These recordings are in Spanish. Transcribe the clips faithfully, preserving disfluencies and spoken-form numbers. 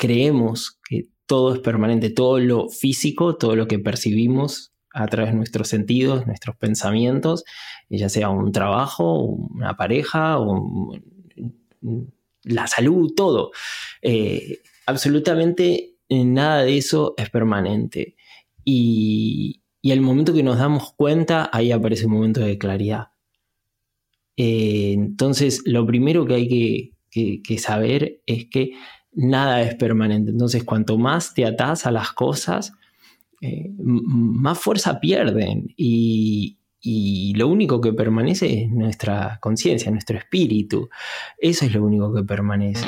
creemos que todo es permanente, todo lo físico, todo lo que percibimos a través de nuestros sentidos, nuestros pensamientos, ya sea un trabajo, una pareja, un, la salud, todo. Eh, absolutamente nada de eso es permanente. Y, y al momento que nos damos cuenta, ahí aparece un momento de claridad. Eh, entonces, lo primero que hay que, que, que saber es que nada es permanente. Entonces, cuanto más te atás a las cosas, eh, m- más fuerza pierden. Y, y lo único que permanece es nuestra conciencia, nuestro espíritu. Eso es lo único que permanece.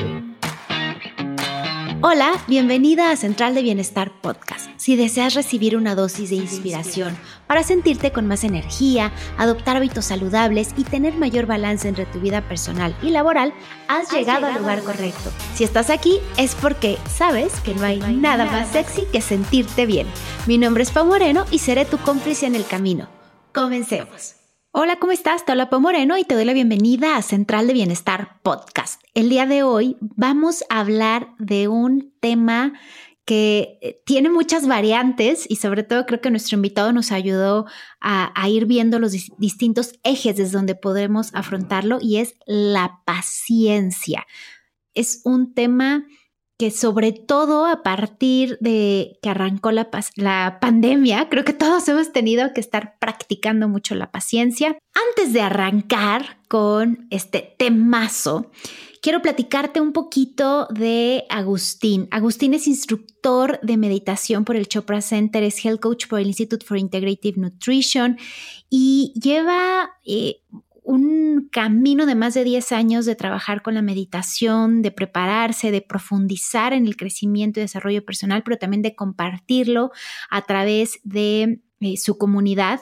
Hola, bienvenida a Central de Bienestar Podcast. Si deseas recibir una dosis de inspiración para sentirte con más energía, adoptar hábitos saludables y tener mayor balance entre tu vida personal y laboral, has, has llegado, llegado al lugar correcto. Si estás aquí es porque sabes que no hay, no hay nada, nada más sexy que sentirte bien. Mi nombre es Pau Moreno y seré tu cómplice en el camino. Comencemos. Hola, ¿cómo estás? Te habla Pau Moreno y te doy la bienvenida a Central de Bienestar Podcast. El día de hoy vamos a hablar de un tema que tiene muchas variantes y sobre todo creo que nuestro invitado nos ayudó a, a ir viendo los dis- distintos ejes desde donde podemos afrontarlo, y es la paciencia. Es un tema que sobre todo a partir de que arrancó la, la pandemia, creo que todos hemos tenido que estar practicando mucho la paciencia. Antes de arrancar con este temazo, quiero platicarte un poquito de Agustín. Agustín es instructor de meditación por el Chopra Center, es Health Coach por el Institute for Integrative Nutrition y lleva eh, un camino de más de diez años de trabajar con la meditación, de prepararse, de profundizar en el crecimiento y desarrollo personal, pero también de compartirlo a través de eh, su comunidad.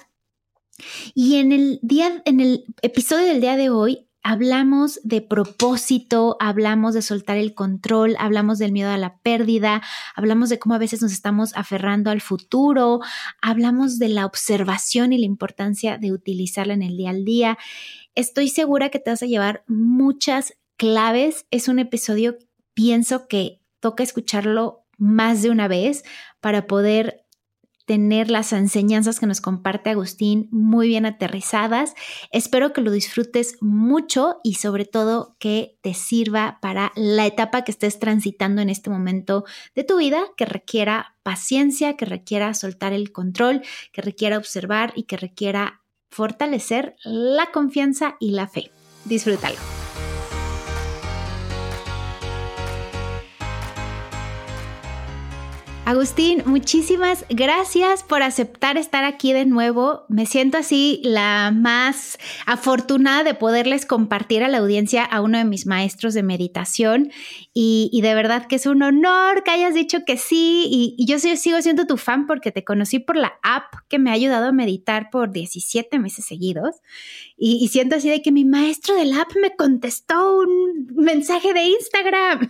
Y en el día, en el episodio del día de hoy hablamos de propósito, hablamos de soltar el control, hablamos del miedo a la pérdida, hablamos de cómo a veces nos estamos aferrando al futuro, hablamos de la observación y la importancia de utilizarla en el día al día. Estoy segura que te vas a llevar muchas claves. Es un episodio, pienso que toca escucharlo más de una vez para poder tener las enseñanzas que nos comparte Agustín muy bien aterrizadas. Espero que lo disfrutes mucho y sobre todo que te sirva para la etapa que estés transitando en este momento de tu vida, que requiera paciencia, que requiera soltar el control, que requiera observar y que requiera fortalecer la confianza y la fe. Disfrútalo. Agustín, muchísimas gracias por aceptar estar aquí de nuevo. Me siento así la más afortunada de poderles compartir a la audiencia a uno de mis maestros de meditación y, y de verdad que es un honor que hayas dicho que sí y, y yo sigo siendo tu fan porque te conocí por la app que me ha ayudado a meditar por diecisiete meses seguidos y, y siento así de que mi maestro de la app me contestó un mensaje de Instagram.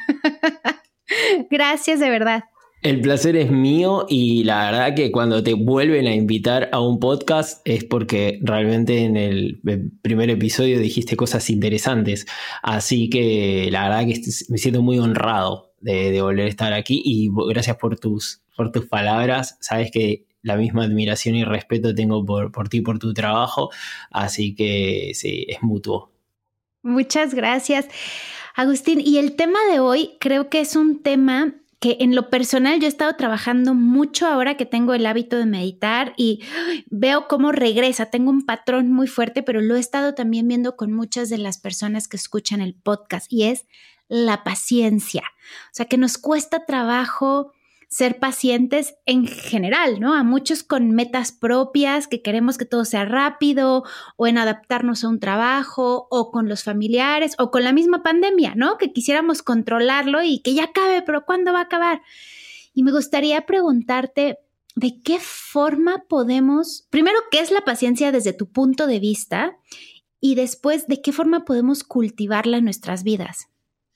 Gracias, de verdad. El placer es mío y la verdad que cuando te vuelven a invitar a un podcast es porque realmente en el primer episodio dijiste cosas interesantes. Así que la verdad que me siento muy honrado de, de volver a estar aquí y gracias por tus, por tus palabras. Sabes que la misma admiración y respeto tengo por, por ti y por tu trabajo. Así que sí, es mutuo. Muchas gracias, Agustín. Y el tema de hoy creo que es un tema que en lo personal yo he estado trabajando mucho ahora que tengo el hábito de meditar y veo cómo regresa. Tengo un patrón muy fuerte, pero lo he estado también viendo con muchas de las personas que escuchan el podcast y es la paciencia. O sea, que nos cuesta trabajo ser pacientes en general, ¿no? A muchos con metas propias, que queremos que todo sea rápido, o en adaptarnos a un trabajo, o con los familiares, o con la misma pandemia, ¿no? Que quisiéramos controlarlo y que ya acabe, pero ¿cuándo va a acabar? Y me gustaría preguntarte, ¿de qué forma podemos, primero, qué es la paciencia desde tu punto de vista? Y después, ¿de qué forma podemos cultivarla en nuestras vidas?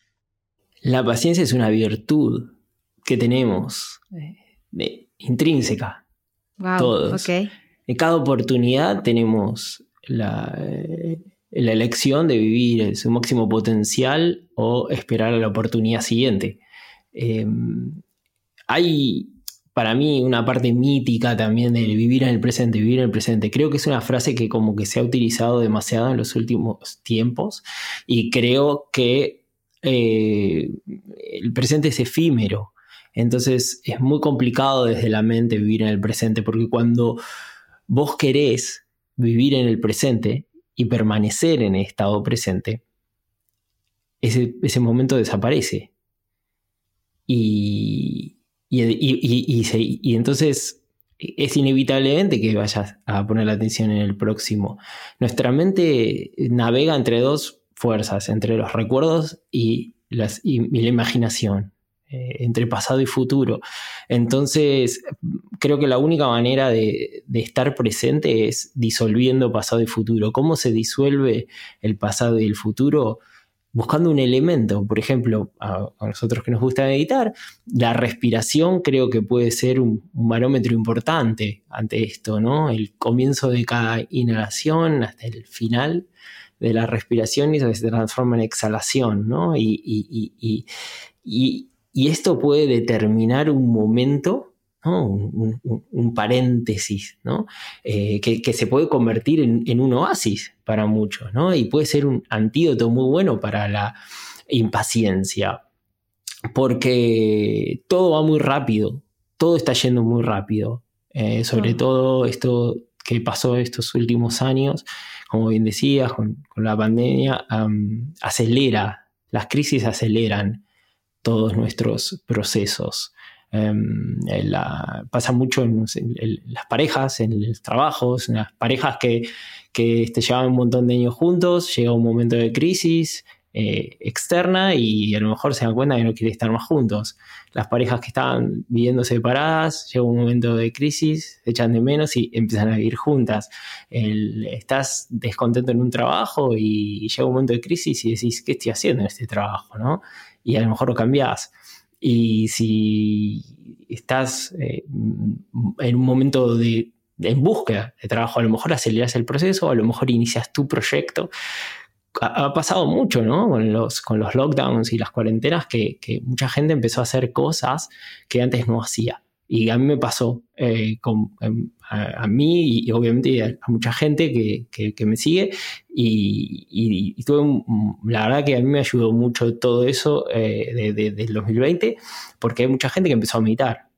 La paciencia es una virtud que tenemos eh, intrínseca. Wow, todos. Okay. En cada oportunidad tenemos la, eh, la elección de vivir su máximo potencial o esperar a la oportunidad siguiente. Eh, hay para mí una parte mítica también de vivir en el presente, vivir en el presente. Creo que es una frase que como que se ha utilizado demasiado en los últimos tiempos y creo que eh, el presente es efímero. Entonces es muy complicado desde la mente vivir en el presente, porque cuando vos querés vivir en el presente y permanecer en el estado presente, ese, ese momento desaparece. Y, y, y, y, y, se, y entonces es inevitablemente que vayas a poner la atención en el próximo. Nuestra mente navega entre dos fuerzas, entre los recuerdos y, las, y, y la imaginación. Eh, entre pasado y futuro. Entonces creo que la única manera de, de estar presente es disolviendo pasado y futuro. ¿Cómo se disuelve el pasado y el futuro? Buscando un elemento. Por ejemplo, a, a nosotros que nos gusta meditar, la respiración creo que puede ser un, un barómetro importante ante esto, ¿no? El comienzo de cada inhalación hasta el final de la respiración y eso se transforma en exhalación, ¿no? Y, y, y, y, y Y esto puede determinar un momento, ¿no? un, un, un paréntesis, ¿no? eh, que, que se puede convertir en, en un oasis para muchos, ¿no? Y puede ser un antídoto muy bueno para la impaciencia, porque todo va muy rápido, todo está yendo muy rápido, eh, sobre oh. todo esto que pasó estos últimos años, como bien decías, con, con la pandemia, um, acelera, las crisis aceleran todos nuestros procesos. Eh, la, pasa mucho en, en, en las parejas, en los trabajos, en las parejas que, que este, llevan un montón de años juntos, llega un momento de crisis eh, externa y a lo mejor se dan cuenta que no quieren estar más juntos. Las parejas que estaban viviendo separadas, llega un momento de crisis, se echan de menos y empiezan a vivir juntas. El, estás descontento en un trabajo y llega un momento de crisis y decís, ¿qué estoy haciendo en este trabajo, no? Y a lo mejor lo cambiás. Y si estás eh, en un momento de, de en búsqueda de trabajo, a lo mejor acelerás el proceso, a lo mejor inicias tu proyecto. Ha, ha pasado mucho, ¿no? Con los, con los lockdowns y las cuarentenas que, que mucha gente empezó a hacer cosas que antes no hacía. Y a mí me pasó, eh, con, a, a mí y obviamente a, a mucha gente que, que, que me sigue y, y, y tuve un, la verdad que a mí me ayudó mucho todo eso eh, de, de, del dos mil veinte porque hay mucha gente que empezó a meditar.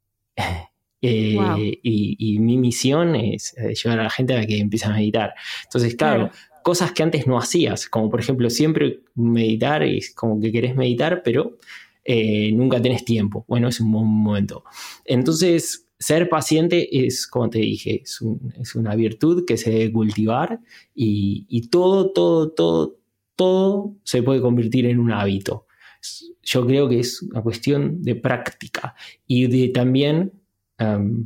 Eh, wow. y, y mi misión es llevar a la gente a que empiece a meditar. Entonces, claro, claro. Cosas que antes no hacías, como por ejemplo siempre meditar, es como que querés meditar, pero Eh, nunca tenés tiempo. Bueno, es un buen momento. Entonces, ser paciente es, como te dije, es, un, es una virtud que se debe cultivar y, y todo, todo, todo, todo se puede convertir en un hábito. Yo creo que es una cuestión de práctica y de también um,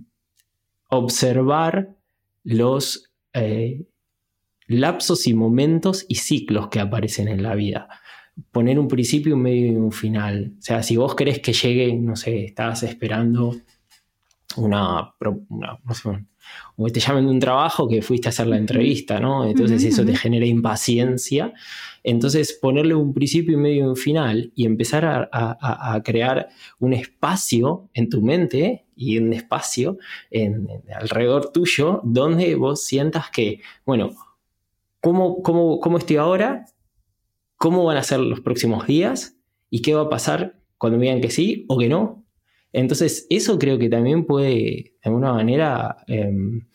observar los eh, lapsos y momentos y ciclos que aparecen en la vida. Poner un principio, un medio y un final. O sea, si vos querés que llegue, no sé, estás esperando una, una no sé, o que te llamen de un trabajo que fuiste a hacer la entrevista, ¿no? Entonces uh-huh, eso uh-huh. te genera impaciencia. Entonces ponerle un principio, un medio y un final y empezar a, a, a crear un espacio en tu mente y un espacio en, en, alrededor tuyo donde vos sientas que, bueno, ¿cómo, cómo, cómo estoy ahora? ¿Cómo van a ser los próximos días? ¿Y qué va a pasar cuando me digan que sí o que no? Entonces, eso creo que también puede, de alguna manera, eh,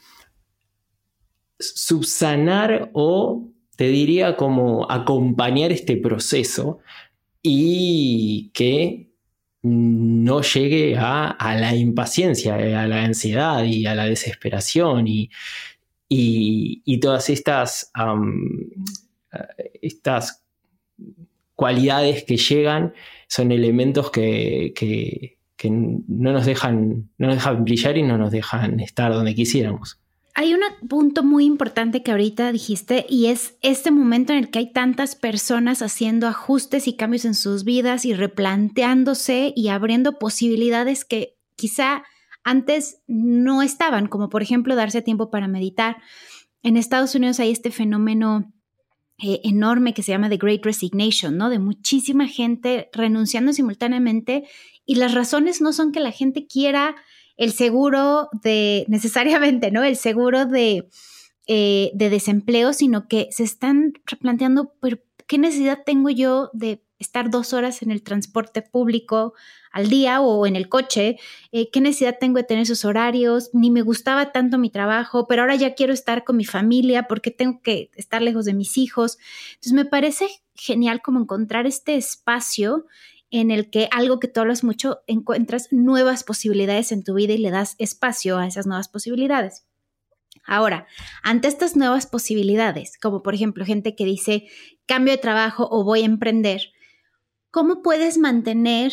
subsanar o, te diría, como acompañar este proceso y que no llegue a, a la impaciencia, a la ansiedad y a la desesperación y, y, y todas estas, um, estas cualidades que llegan son elementos que, que, que no nos dejan, no nos dejan brillar y no nos dejan estar donde quisiéramos. Hay un punto muy importante que ahorita dijiste y es este momento en el que hay tantas personas haciendo ajustes y cambios en sus vidas y replanteándose y abriendo posibilidades que quizá antes no estaban, como por ejemplo darse tiempo para meditar. En Estados Unidos hay este fenómeno Eh, enorme que se llama The Great Resignation, ¿no? De muchísima gente renunciando simultáneamente y las razones no son que la gente quiera el seguro de, necesariamente, ¿no? El seguro de, eh, de desempleo, sino que se están replanteando, pero ¿qué necesidad tengo yo de estar dos horas en el transporte público al día o en el coche? Eh, ¿Qué necesidad tengo de tener esos horarios? Ni me gustaba tanto mi trabajo, pero ahora ya quiero estar con mi familia porque tengo que estar lejos de mis hijos. Entonces me parece genial como encontrar este espacio en el que, algo que tú hablas mucho, encuentras nuevas posibilidades en tu vida y le das espacio a esas nuevas posibilidades. Ahora, ante estas nuevas posibilidades, como por ejemplo gente que dice cambio de trabajo o voy a emprender, ¿cómo puedes mantener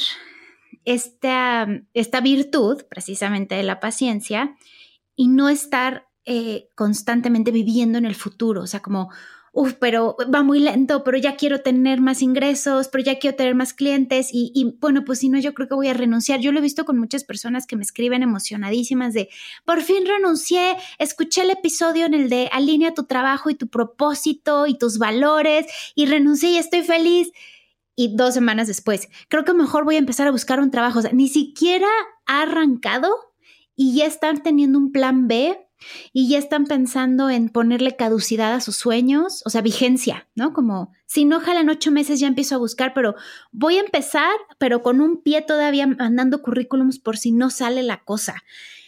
esta, esta virtud precisamente de la paciencia y no estar eh, constantemente viviendo en el futuro? O sea, como, uff, pero va muy lento, pero ya quiero tener más ingresos, pero ya quiero tener más clientes y, y bueno, pues si no, yo creo que voy a renunciar. Yo lo he visto con muchas personas que me escriben emocionadísimas de, por fin renuncié, escuché el episodio en el de alinea tu trabajo y tu propósito y tus valores y renuncié y estoy feliz. Y dos semanas después, creo que mejor voy a empezar a buscar un trabajo. O sea, ni siquiera ha arrancado y ya están teniendo un plan B y ya están pensando en ponerle caducidad a sus sueños, o sea, vigencia, ¿no? Como, si no jalan ocho meses ya empiezo a buscar, pero voy a empezar, pero con un pie todavía mandando currículums por si no sale la cosa.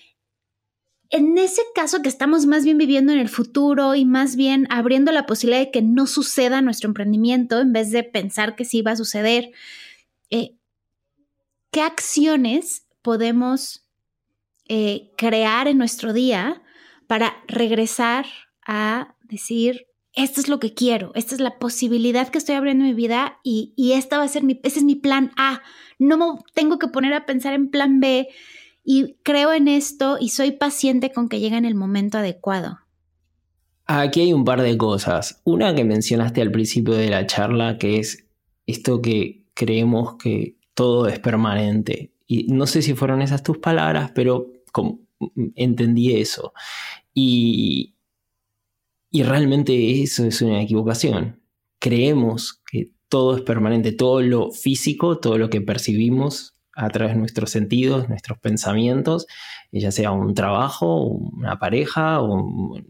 En ese caso que estamos más bien viviendo en el futuro y más bien abriendo la posibilidad de que no suceda nuestro emprendimiento en vez de pensar que sí va a suceder, eh, ¿qué acciones podemos eh, crear en nuestro día para regresar a decir, esto es lo que quiero, esta es la posibilidad que estoy abriendo en mi vida y, y esta va a ser mi, ese es mi plan A? No me tengo que poner a pensar en plan B. Y creo en esto y soy paciente con que llegue en el momento adecuado. Aquí hay un par de cosas. Una que mencionaste al principio de la charla, que es esto que creemos que todo es permanente. Y no sé si fueron esas tus palabras, pero como, entendí eso. Y, y realmente eso es una equivocación. Creemos que todo es permanente, todo lo físico, todo lo que percibimos a través de nuestros sentidos, nuestros pensamientos, ya sea un trabajo, una pareja, un,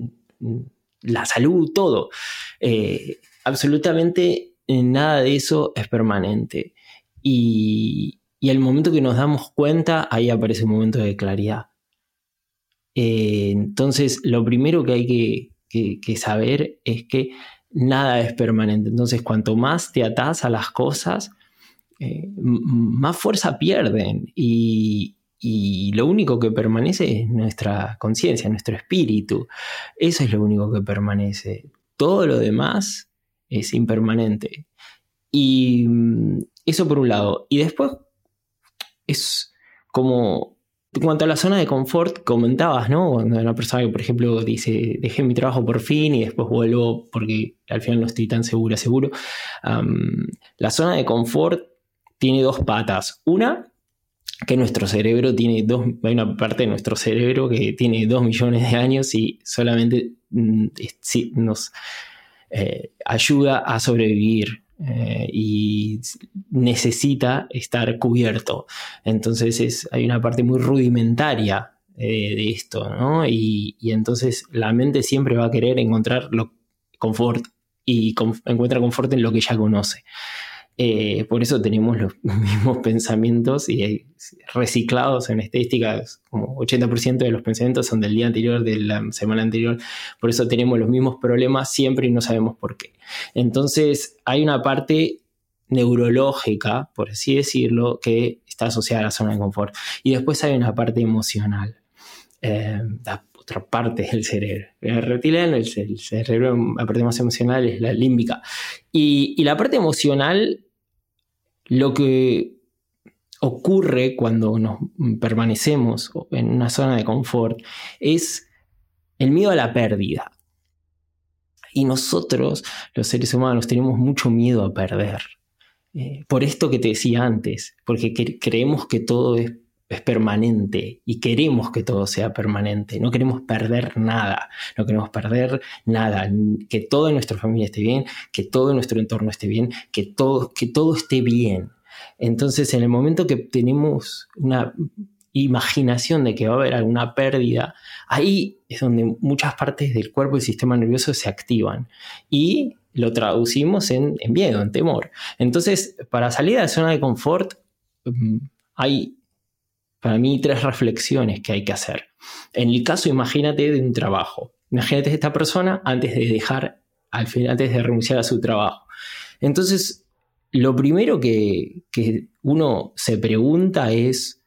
la salud, todo. Eh, absolutamente nada de eso es permanente. Y, y al momento que nos damos cuenta, ahí aparece un momento de claridad. Eh, entonces, lo primero que hay que, que, que saber es que nada es permanente. Entonces, cuanto más te atás a las cosas, Eh, más fuerza pierden y, y lo único que permanece es nuestra conciencia, nuestro espíritu. Eso es lo único que permanece. Todo lo demás es impermanente. Y eso por un lado. Y después es como, en cuanto a la zona de confort, comentabas, ¿no? Cuando una persona que, por ejemplo, dice, dejé mi trabajo por fin y después vuelvo porque al final no estoy tan segura, seguro. Um, la zona de confort tiene dos patas. Una, que nuestro cerebro tiene dos, hay una parte de nuestro cerebro que tiene dos millones de años y solamente mm, sí, nos eh, ayuda a sobrevivir eh, y necesita estar cubierto. Entonces es, hay una parte muy rudimentaria eh, de esto, ¿no? Y, y entonces la mente siempre va a querer encontrar lo, confort y con, encuentra confort en lo que ya conoce. Eh, por eso tenemos los mismos pensamientos y reciclados en estadísticas, como ochenta por ciento de los pensamientos son del día anterior, de la semana anterior. Por eso tenemos los mismos problemas siempre y no sabemos por qué. Entonces hay una parte neurológica, por así decirlo, que está asociada a la zona de confort. Y después hay una parte emocional, eh, la otra parte del cerebro. El reptiliano, el, el cerebro, la parte más emocional es la límbica. Y, y la parte emocional, lo que ocurre cuando nos permanecemos en una zona de confort es el miedo a la pérdida. Y nosotros, los seres humanos, tenemos mucho miedo a perder. Eh, por esto que te decía antes, porque cre- creemos que todo es, es permanente y queremos que todo sea permanente. No queremos perder nada, no queremos perder nada. Que toda nuestra familia esté bien, que todo nuestro entorno esté bien, que todo, que todo esté bien. Entonces, en el momento que tenemos una imaginación de que va a haber alguna pérdida, ahí es donde muchas partes del cuerpo y el sistema nervioso se activan y lo traducimos en, en miedo, en temor. Entonces, para salir de la zona de confort, hay para mí tres reflexiones que hay que hacer. En el caso, imagínate de un trabajo. Imagínate esta persona antes de dejar, al final, antes de renunciar a su trabajo. Entonces, lo primero que, que uno se pregunta es,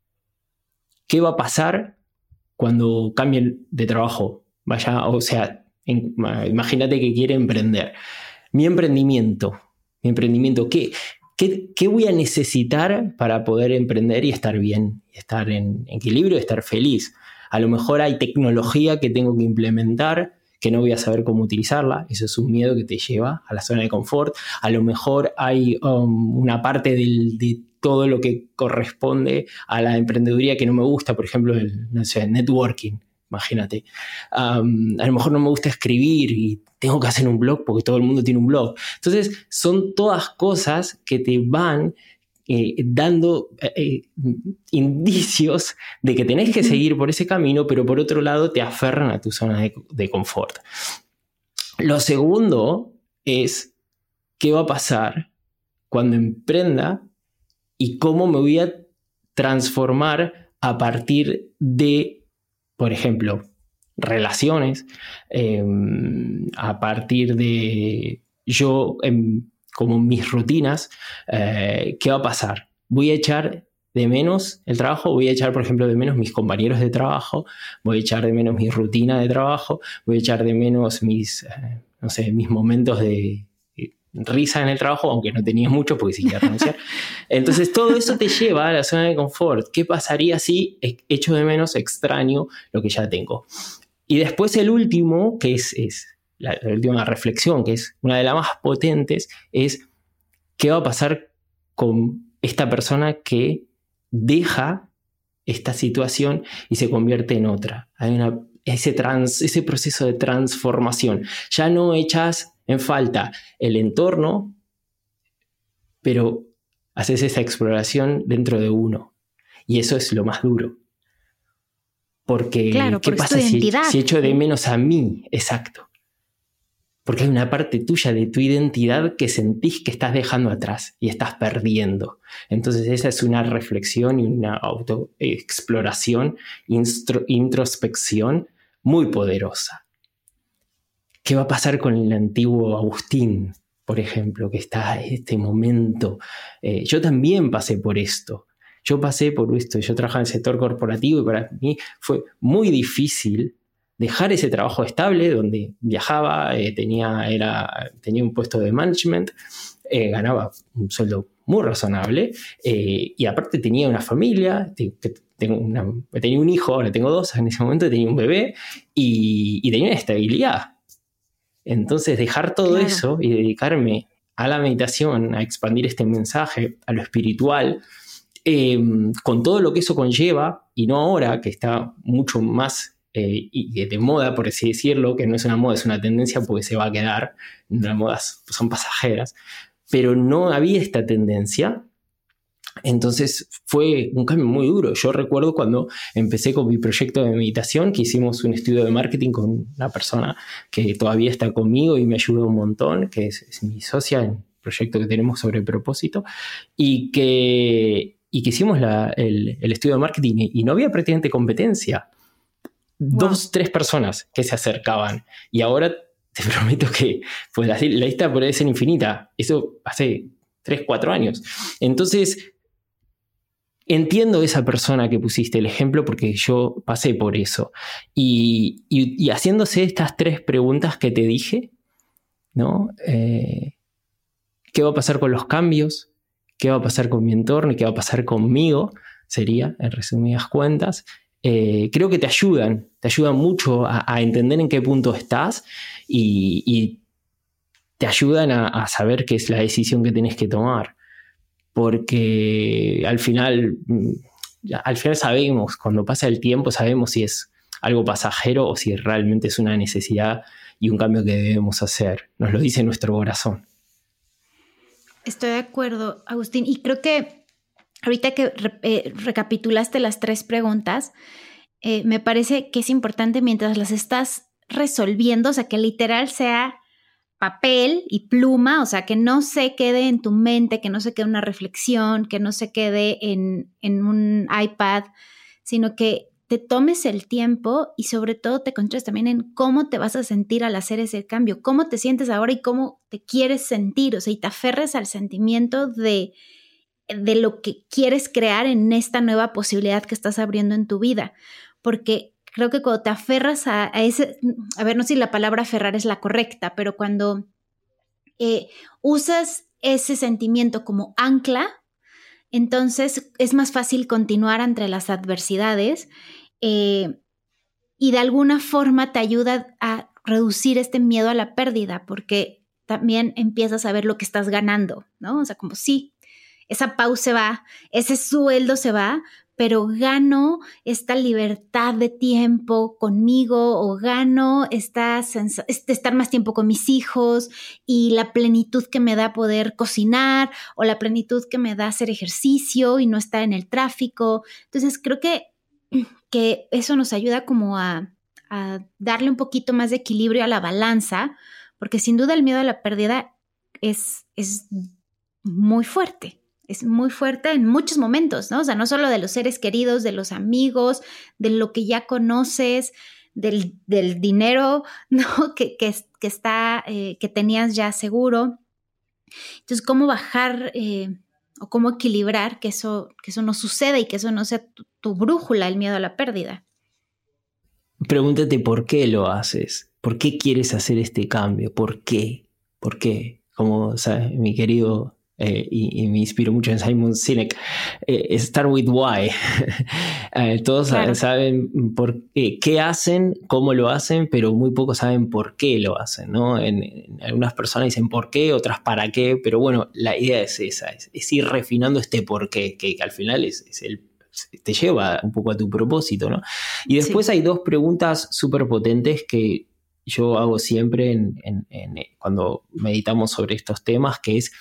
¿qué va a pasar cuando cambien de trabajo? Vaya, o sea, en, imagínate que quiere emprender. Mi emprendimiento, mi emprendimiento, ¿qué, qué, qué voy a necesitar para poder emprender y estar bien, estar en equilibrio, estar feliz? A lo mejor hay tecnología que tengo que implementar que no voy a saber cómo utilizarla. Eso es un miedo que te lleva a la zona de confort. A lo mejor hay um, una parte del, de todo lo que corresponde a la emprendeduría que no me gusta, por ejemplo, el no sé, networking, imagínate. Um, a lo mejor no me gusta escribir y tengo que hacer un blog porque todo el mundo tiene un blog. Entonces, son todas cosas que te van eh, dando eh, indicios de que tenés que seguir por ese camino, pero por otro lado te aferran a tu zona de, de confort. Lo segundo es qué va a pasar cuando emprenda y cómo me voy a transformar a partir de, por ejemplo, relaciones, eh, a partir de yo, eh, como mis rutinas, eh, ¿qué va a pasar? Voy a echar de menos el trabajo, voy a echar, por ejemplo, de menos mis compañeros de trabajo, voy a echar de menos mi rutina de trabajo, voy a echar de menos mis, eh, no sé, mis momentos de risa en el trabajo, aunque no tenía mucho porque sí quería renunciar. Entonces todo eso te lleva a la zona de confort. ¿Qué pasaría si echo de menos, extraño lo que ya tengo? Y después el último, que es, es la, la última reflexión, que es una de las más potentes, es ¿qué va a pasar con esta persona que deja esta situación y se convierte en otra? Hay una, ese, trans, ese proceso de transformación. Ya no echas en falta el entorno, pero haces esa exploración dentro de uno. Y eso es lo más duro. Porque, claro, ¿qué porque pasa si, si echo de sí. menos a mí? Exacto. Porque hay una parte tuya de tu identidad que sentís que estás dejando atrás y estás perdiendo. Entonces esa es una reflexión y una autoexploración, instro, introspección muy poderosa. ¿Qué va a pasar con el antiguo Agustín, por ejemplo, que está en este momento? Eh, yo también pasé por esto. Yo pasé por esto. Yo trabajaba en el sector corporativo y para mí fue muy difícil dejar ese trabajo estable donde viajaba, eh, tenía, era, tenía un puesto de management, eh, ganaba un sueldo muy razonable eh, y aparte tenía una familia, te, te, tengo una, tenía un hijo, ahora tengo dos, en ese momento tenía un bebé y, y tenía una estabilidad. Entonces dejar todo claro. eso y dedicarme a la meditación, a expandir este mensaje, a lo espiritual, eh, con todo lo que eso conlleva, y no ahora que está mucho más eh, de moda, por así decirlo, que no es una moda, es una tendencia porque se va a quedar, las modas son pasajeras, pero no había esta tendencia. Entonces fue un cambio muy duro. Yo recuerdo cuando empecé con mi proyecto de meditación, que hicimos un estudio de marketing con una persona que todavía está conmigo y me ayudó un montón, que es, es mi socia en el proyecto que tenemos sobre propósito, y que, y que hicimos la, el, el estudio de marketing y, y no había prácticamente competencia. Wow. Dos, tres personas que se acercaban y ahora te prometo que pues, la, la lista puede ser infinita. Eso hace tres, cuatro años. Entonces entiendo esa persona que pusiste el ejemplo porque yo pasé por eso. Y, y, y haciéndose estas tres preguntas que te dije, ¿no? Eh, ¿Qué va a pasar con los cambios? ¿Qué va a pasar con mi entorno? ¿Y qué va a pasar conmigo? Sería, en resumidas cuentas. Eh, creo que te ayudan, te ayudan mucho a, a entender en qué punto estás y, y te ayudan a, a saber qué es la decisión que tenés que tomar. Porque al final, al final sabemos, cuando pasa el tiempo, sabemos si es algo pasajero o si realmente es una necesidad y un cambio que debemos hacer. Nos lo dice nuestro corazón. Estoy de acuerdo, Agustín. Y creo que ahorita que re- eh, recapitulaste las tres preguntas, eh, me parece que es importante mientras las estás resolviendo, o sea, que literal sea papel y pluma, o sea, que no se quede en tu mente, que no se quede una reflexión, que no se quede en, en un iPad, sino que te tomes el tiempo y sobre todo te concentres también en cómo te vas a sentir al hacer ese cambio, cómo te sientes ahora y cómo te quieres sentir, o sea, y te aferres al sentimiento de, de lo que quieres crear en esta nueva posibilidad que estás abriendo en tu vida, porque creo que cuando te aferras a, a ese, a ver, no sé si la palabra aferrar es la correcta, pero cuando eh, usas ese sentimiento como ancla, entonces es más fácil continuar ante las adversidades eh, y de alguna forma te ayuda a reducir este miedo a la pérdida, porque también empiezas a ver lo que estás ganando, ¿no? O sea, como sí, esa pausa se va, ese sueldo se va, pero gano esta libertad de tiempo conmigo o gano esta sens- este estar más tiempo con mis hijos y la plenitud que me da poder cocinar o la plenitud que me da hacer ejercicio y no estar en el tráfico. Entonces creo que, que eso nos ayuda como a, a darle un poquito más de equilibrio a la balanza, porque sin duda el miedo a la pérdida es, es muy fuerte. Es muy fuerte en muchos momentos, ¿no? O sea, no solo de los seres queridos, de los amigos, de lo que ya conoces, del, del dinero, ¿no? Que, que, que está, eh, que tenías ya seguro. Entonces, ¿cómo bajar eh, o cómo equilibrar que eso, que eso no suceda y que eso no sea tu, tu brújula, el miedo a la pérdida? Pregúntate por qué lo haces, por qué quieres hacer este cambio, por qué, por qué, como ¿sabes? Mi querido... Eh, y, y me inspiro mucho en Simon Sinek, eh, start with why. eh, todos claro. saben por qué, qué hacen, cómo lo hacen, pero muy pocos saben por qué lo hacen, ¿no? En, en algunas personas dicen por qué, otras para qué, pero bueno, la idea es esa, es, es ir refinando este por qué, que, que al final es, es el, te lleva un poco a tu propósito, ¿no? Y después sí. Hay dos preguntas súper potentes que yo hago siempre en, en, en, cuando meditamos sobre estos temas, que es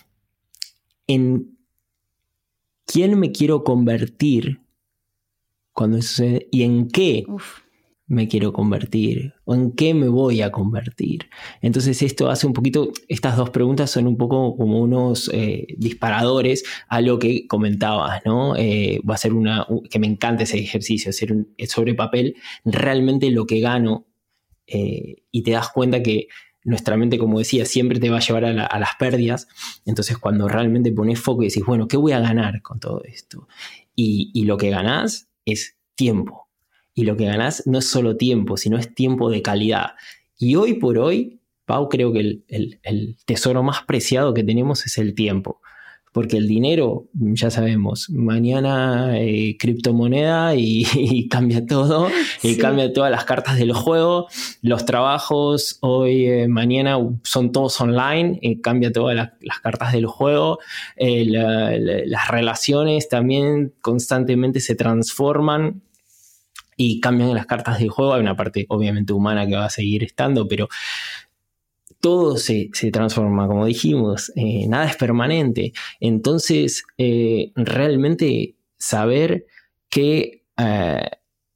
en quién me quiero convertir cuando eso sucede y en qué Uf. me quiero convertir o en qué me voy a convertir. Entonces esto hace un poquito, estas dos preguntas son un poco como unos eh, disparadores a lo que comentabas, ¿no? Eh, va a ser una, que me encanta ese ejercicio, hacer un, sobre papel realmente lo que gano eh, y te das cuenta que nuestra mente, como decía, siempre te va a llevar a, la, a las pérdidas. Entonces, cuando realmente pones foco y decís, bueno, ¿qué voy a ganar con todo esto? Y, y lo que ganás es tiempo. Y lo que ganás no es solo tiempo, sino es tiempo de calidad. Y hoy por hoy, Pau, creo que el, el, el tesoro más preciado que tenemos es el tiempo. Porque el dinero, ya sabemos, mañana eh, criptomoneda y, y cambia todo, sí. y cambia todas las cartas del juego. Los trabajos hoy, eh, mañana son todos online, y cambia todas la, las cartas del juego. Eh, la, la, las relaciones también constantemente se transforman y cambian las cartas del juego. Hay una parte obviamente humana que va a seguir estando, pero todo se, se transforma, como dijimos, eh, nada es permanente. Entonces, eh, realmente saber que eh,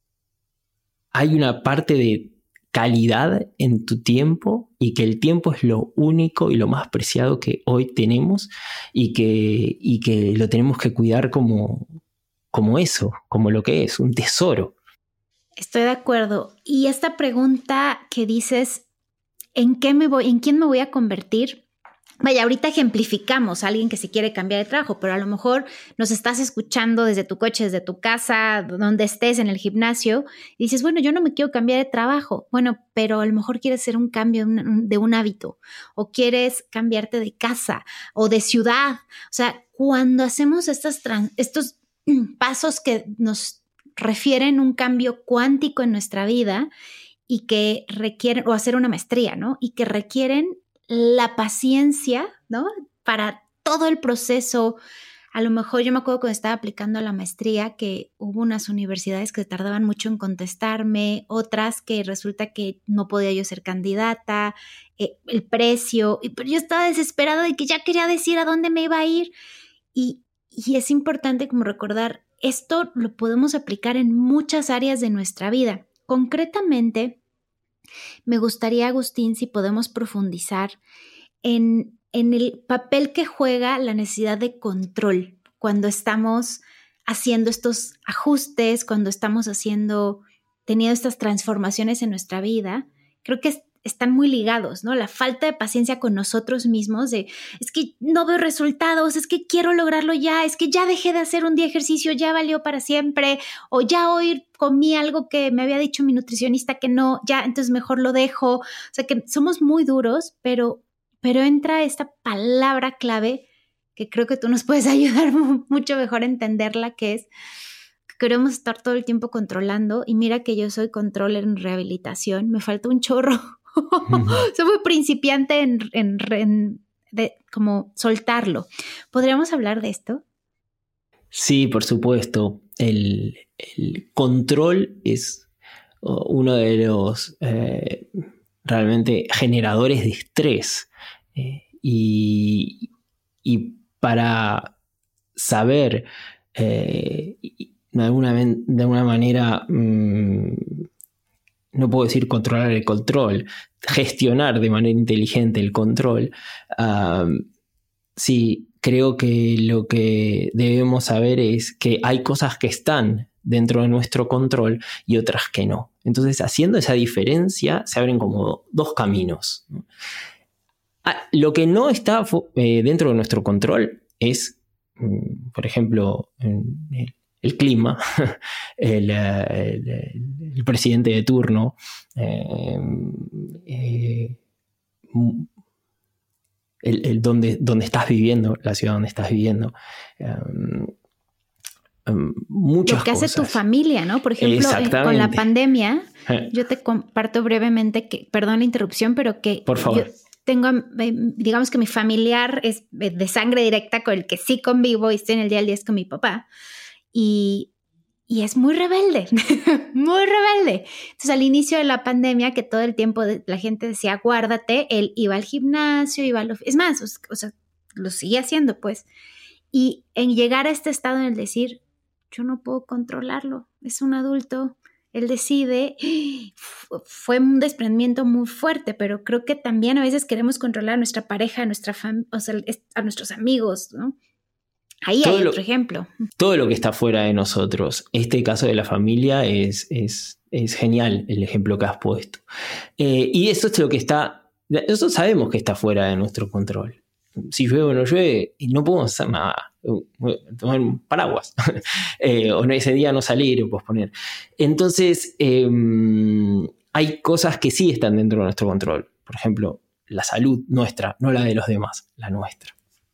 hay una parte de calidad en tu tiempo y que el tiempo es lo único y lo más preciado que hoy tenemos y que, y que lo tenemos que cuidar como, como eso, como lo que es, un tesoro. Estoy de acuerdo. Y esta pregunta que dices, ¿En qué me voy, en quién me voy a convertir? Vaya, ahorita ejemplificamos a alguien que se quiere cambiar de trabajo, pero a lo mejor nos estás escuchando desde tu coche, desde tu casa, donde estés, en el gimnasio, y dices, bueno, yo no me quiero cambiar de trabajo. Bueno, pero a lo mejor quieres hacer un cambio de un, de un hábito, o quieres cambiarte de casa o de ciudad. O sea, cuando hacemos estas trans, estos pasos que nos refieren a un cambio cuántico en nuestra vida, y que requieren, o hacer una maestría, ¿no? Y que requieren la paciencia, ¿no? Para todo el proceso, A lo mejor yo me acuerdo cuando estaba aplicando la maestría que hubo unas universidades que tardaban mucho en contestarme, otras que resulta que no podía yo ser candidata, eh, el precio, y, pero yo estaba desesperada de que ya quería decir a dónde me iba a ir. Y, y es importante como recordar, esto lo podemos aplicar en muchas áreas de nuestra vida. Concretamente, me gustaría, Agustín, si podemos profundizar en en el papel que juega la necesidad de control cuando estamos haciendo estos ajustes, cuando estamos haciendo, teniendo estas transformaciones en nuestra vida. Creo que es, están muy ligados, ¿no? La falta de paciencia con nosotros mismos, de es que no veo resultados, es que quiero lograrlo ya, es que ya dejé de hacer un día ejercicio, ya valió para siempre, o ya hoy comí algo que me había dicho mi nutricionista que no, ya, entonces mejor lo dejo. O sea que somos muy duros, pero Pero entra esta palabra clave que creo que tú nos puedes ayudar mucho mejor a entenderla, que es que queremos estar todo el tiempo controlando. Y mira que yo soy controller en rehabilitación, me falta un chorro. Uh-huh. Soy muy principiante en, en, en de, como soltarlo. ¿Podríamos hablar de esto? Sí, por supuesto. El, el control es uno de los eh, realmente generadores de estrés. Eh, y, y para saber eh, de, alguna, de alguna manera, mmm, no puedo decir controlar el control, gestionar de manera inteligente el control, uh, sí, creo que lo que debemos saber es que hay cosas que están dentro de nuestro control y otras que no. Entonces, haciendo esa diferencia, se abren como dos caminos, ¿no? Ah, lo que no está eh, dentro de nuestro control es, mm, por ejemplo, el, el clima, el, el, el presidente de turno, eh, eh, el, el donde, donde estás viviendo, la ciudad donde estás viviendo. Um, um, muchas Lo que cosas. hace tu familia, ¿no? Por ejemplo, eh, con la pandemia, eh. yo te comparto brevemente que, perdón la interrupción, pero que... Por favor. Yo, tengo, digamos que mi familiar es de sangre directa con el que sí convivo y estoy en el día al día es con mi papá. Y, y es muy rebelde, muy rebelde. Entonces, al inicio de la pandemia, que todo el tiempo la gente decía, guárdate, él iba al gimnasio, iba a lo... Es más, o, o sea, lo sigue haciendo, pues. Y en llegar a este estado en el decir, yo no puedo controlarlo, es un adulto, él decide, fue un desprendimiento muy fuerte, pero creo que también a veces queremos controlar a nuestra pareja, a nuestra fam- o sea, a nuestros amigos, ¿no? Ahí todo hay otro lo, ejemplo. Todo lo que está fuera de nosotros. Este caso de la familia es, es, es genial, el ejemplo que has puesto. Eh, y eso es lo que está, nosotros sabemos que está fuera de nuestro control. Si llueve o no llueve, no podemos hacer nada. Tomar un paraguas. eh, o ese día no salir o posponer. Entonces, eh, hay cosas que sí están dentro de nuestro control. Por ejemplo, la salud nuestra, no la de los demás, la nuestra.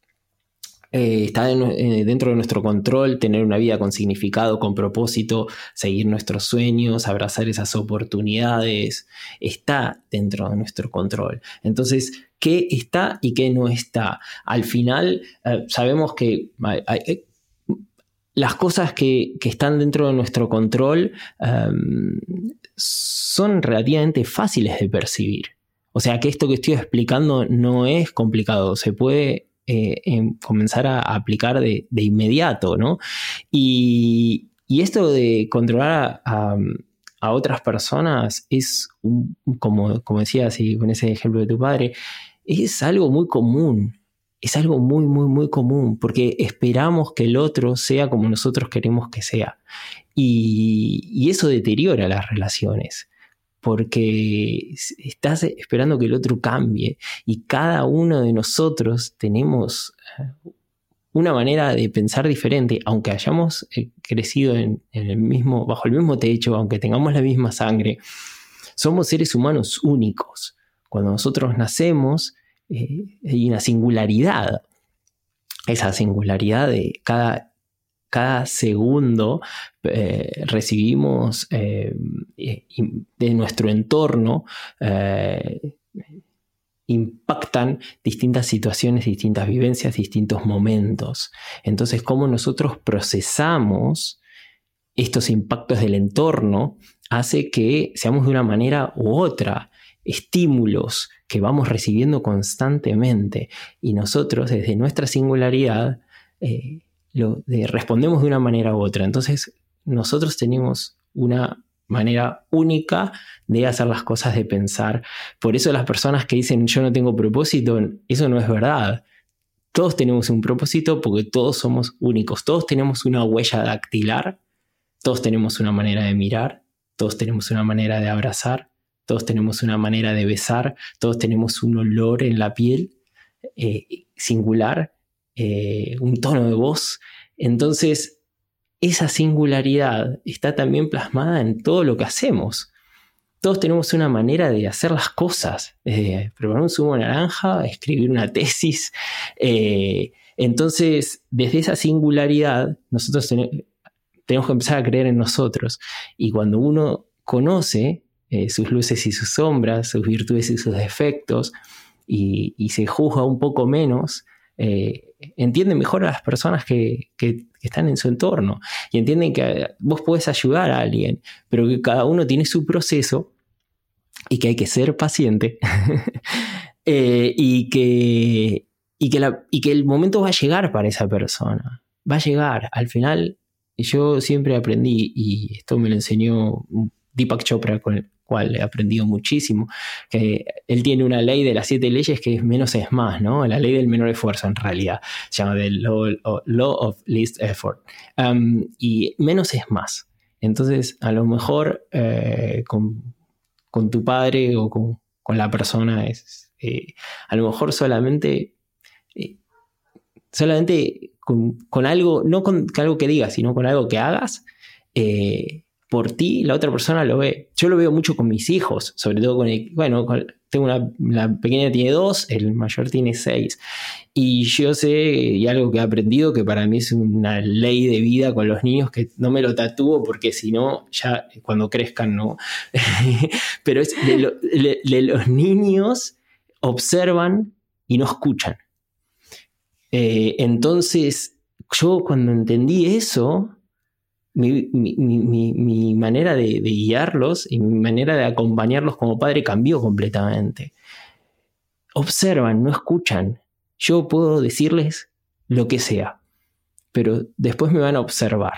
Eh, está en, eh, dentro de nuestro control tener una vida con significado, con propósito, seguir nuestros sueños, abrazar esas oportunidades. Está dentro de nuestro control. Entonces, ¿qué está y qué no está? Al final, eh, sabemos que hay, hay, las cosas que, que están dentro de nuestro control um, son relativamente fáciles de percibir. O sea, que esto que estoy explicando no es complicado, se puede... Eh, en comenzar a aplicar de, de inmediato, ¿no? Y, y esto de controlar a, a, a otras personas es, un, como, como decías y con ese ejemplo de tu padre, es algo muy común, es algo muy, muy, muy común, porque esperamos que el otro sea como nosotros queremos que sea. Y, y eso deteriora las relaciones. Porque estás esperando que el otro cambie y cada uno de nosotros tenemos una manera de pensar diferente, aunque hayamos crecido en, en el mismo, bajo el mismo techo, aunque tengamos la misma sangre, somos seres humanos únicos. Cuando nosotros nacemos eh, hay una singularidad, esa singularidad de cada Cada segundo eh, recibimos eh, de nuestro entorno eh, impactan distintas situaciones, distintas vivencias, distintos momentos. Entonces, cómo nosotros procesamos estos impactos del entorno hace que seamos de una manera u otra, estímulos que vamos recibiendo constantemente, y nosotros desde nuestra singularidad eh, lo, de, respondemos de una manera u otra. Entonces, nosotros tenemos una manera única de hacer las cosas, de pensar. Por eso las personas que dicen yo no tengo propósito, eso no es verdad. Todos tenemos un propósito porque todos somos únicos. Todos tenemos una huella dactilar, todos tenemos una manera de mirar, todos tenemos una manera de abrazar, todos tenemos una manera de besar, todos tenemos un olor en la piel eh, singular, eh, un tono de voz. Entonces, esa singularidad está también plasmada en todo lo que hacemos. Todos tenemos una manera de hacer las cosas, eh, preparar un zumo de naranja, escribir una tesis. Eh, entonces, desde esa singularidad, nosotros ten- tenemos que empezar a creer en nosotros. Y cuando uno conoce eh, sus luces y sus sombras, sus virtudes y sus defectos, y, y se juzga un poco menos, eh, entienden mejor a las personas que, que, que están en su entorno, y entienden que vos podés ayudar a alguien, pero que cada uno tiene su proceso y que hay que ser paciente eh, y, que, y, que la, y que el momento va a llegar para esa persona, va a llegar. Al final, yo siempre aprendí, y esto me lo enseñó Deepak Chopra, con el cual he aprendido muchísimo, que él tiene una ley de las siete leyes que es menos es más, ¿no? La ley del menor esfuerzo, en realidad se llama the law, law of least effort, um, y menos es más. Entonces, a lo mejor eh, con, con tu padre o con, con la persona es eh, a lo mejor solamente eh, solamente con, con algo, no con algo que digas, sino con algo que hagas, eh, por ti, la otra persona lo ve. Yo lo veo mucho con mis hijos, sobre todo con el, bueno, con, tengo una, la pequeña tiene dos, el mayor tiene seis. Y yo sé, y algo que he aprendido, que para mí es una ley de vida con los niños, que no me lo tatúo porque si no, ya cuando crezcan no. Pero es de, lo, de, de los niños observan y no escuchan. Eh, entonces, yo cuando entendí eso, Mi, mi, mi, mi manera de, de guiarlos y mi manera de acompañarlos como padre cambió completamente. Observan, no escuchan. Yo puedo decirles lo que sea, pero después me van a observar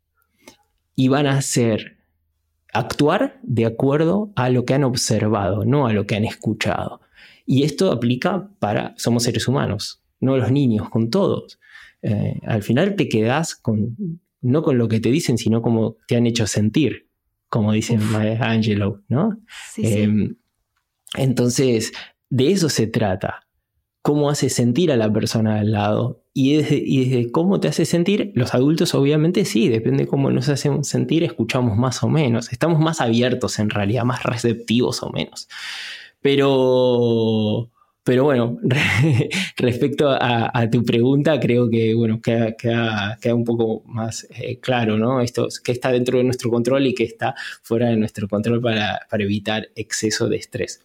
y van a hacer, actuar de acuerdo a lo que han observado, no a lo que han escuchado. Y esto aplica para, somos seres humanos, no los niños, con todos. Eh, al final te quedás con... no con lo que te dicen, sino como te han hecho sentir, como dice Maya Angelou, ¿no? Sí, eh, sí. Entonces, de eso se trata. Cómo hace sentir a la persona al lado. Y desde, y desde cómo te hace sentir, los adultos obviamente sí, depende de cómo nos hacen sentir, escuchamos más o menos. Estamos más abiertos en realidad, más receptivos o menos. Pero... Pero bueno, respecto a, a tu pregunta, creo que bueno, queda, queda, queda un poco más eh, claro, ¿no? Esto que está dentro de nuestro control y que está fuera de nuestro control para, para evitar exceso de estrés.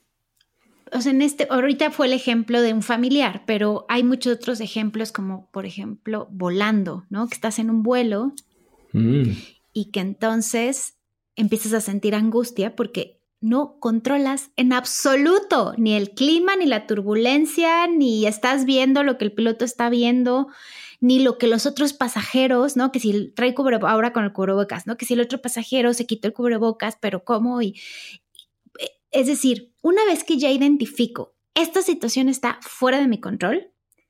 O sea, en este, ahorita fue el ejemplo de un familiar, pero hay muchos otros ejemplos, como por ejemplo volando, ¿no? Que estás en un vuelo mm. y que entonces empiezas a sentir angustia porque no controlas en absoluto ni el clima, ni la turbulencia, ni estás viendo lo que el piloto está viendo, ni lo que los otros pasajeros, ¿no? Que si trae cubrebocas, ahora con el cubrebocas, ¿no? Que si el otro pasajero se quitó el cubrebocas, pero ¿cómo? Y, es decir, una vez que ya identifico, esta situación está fuera de mi control,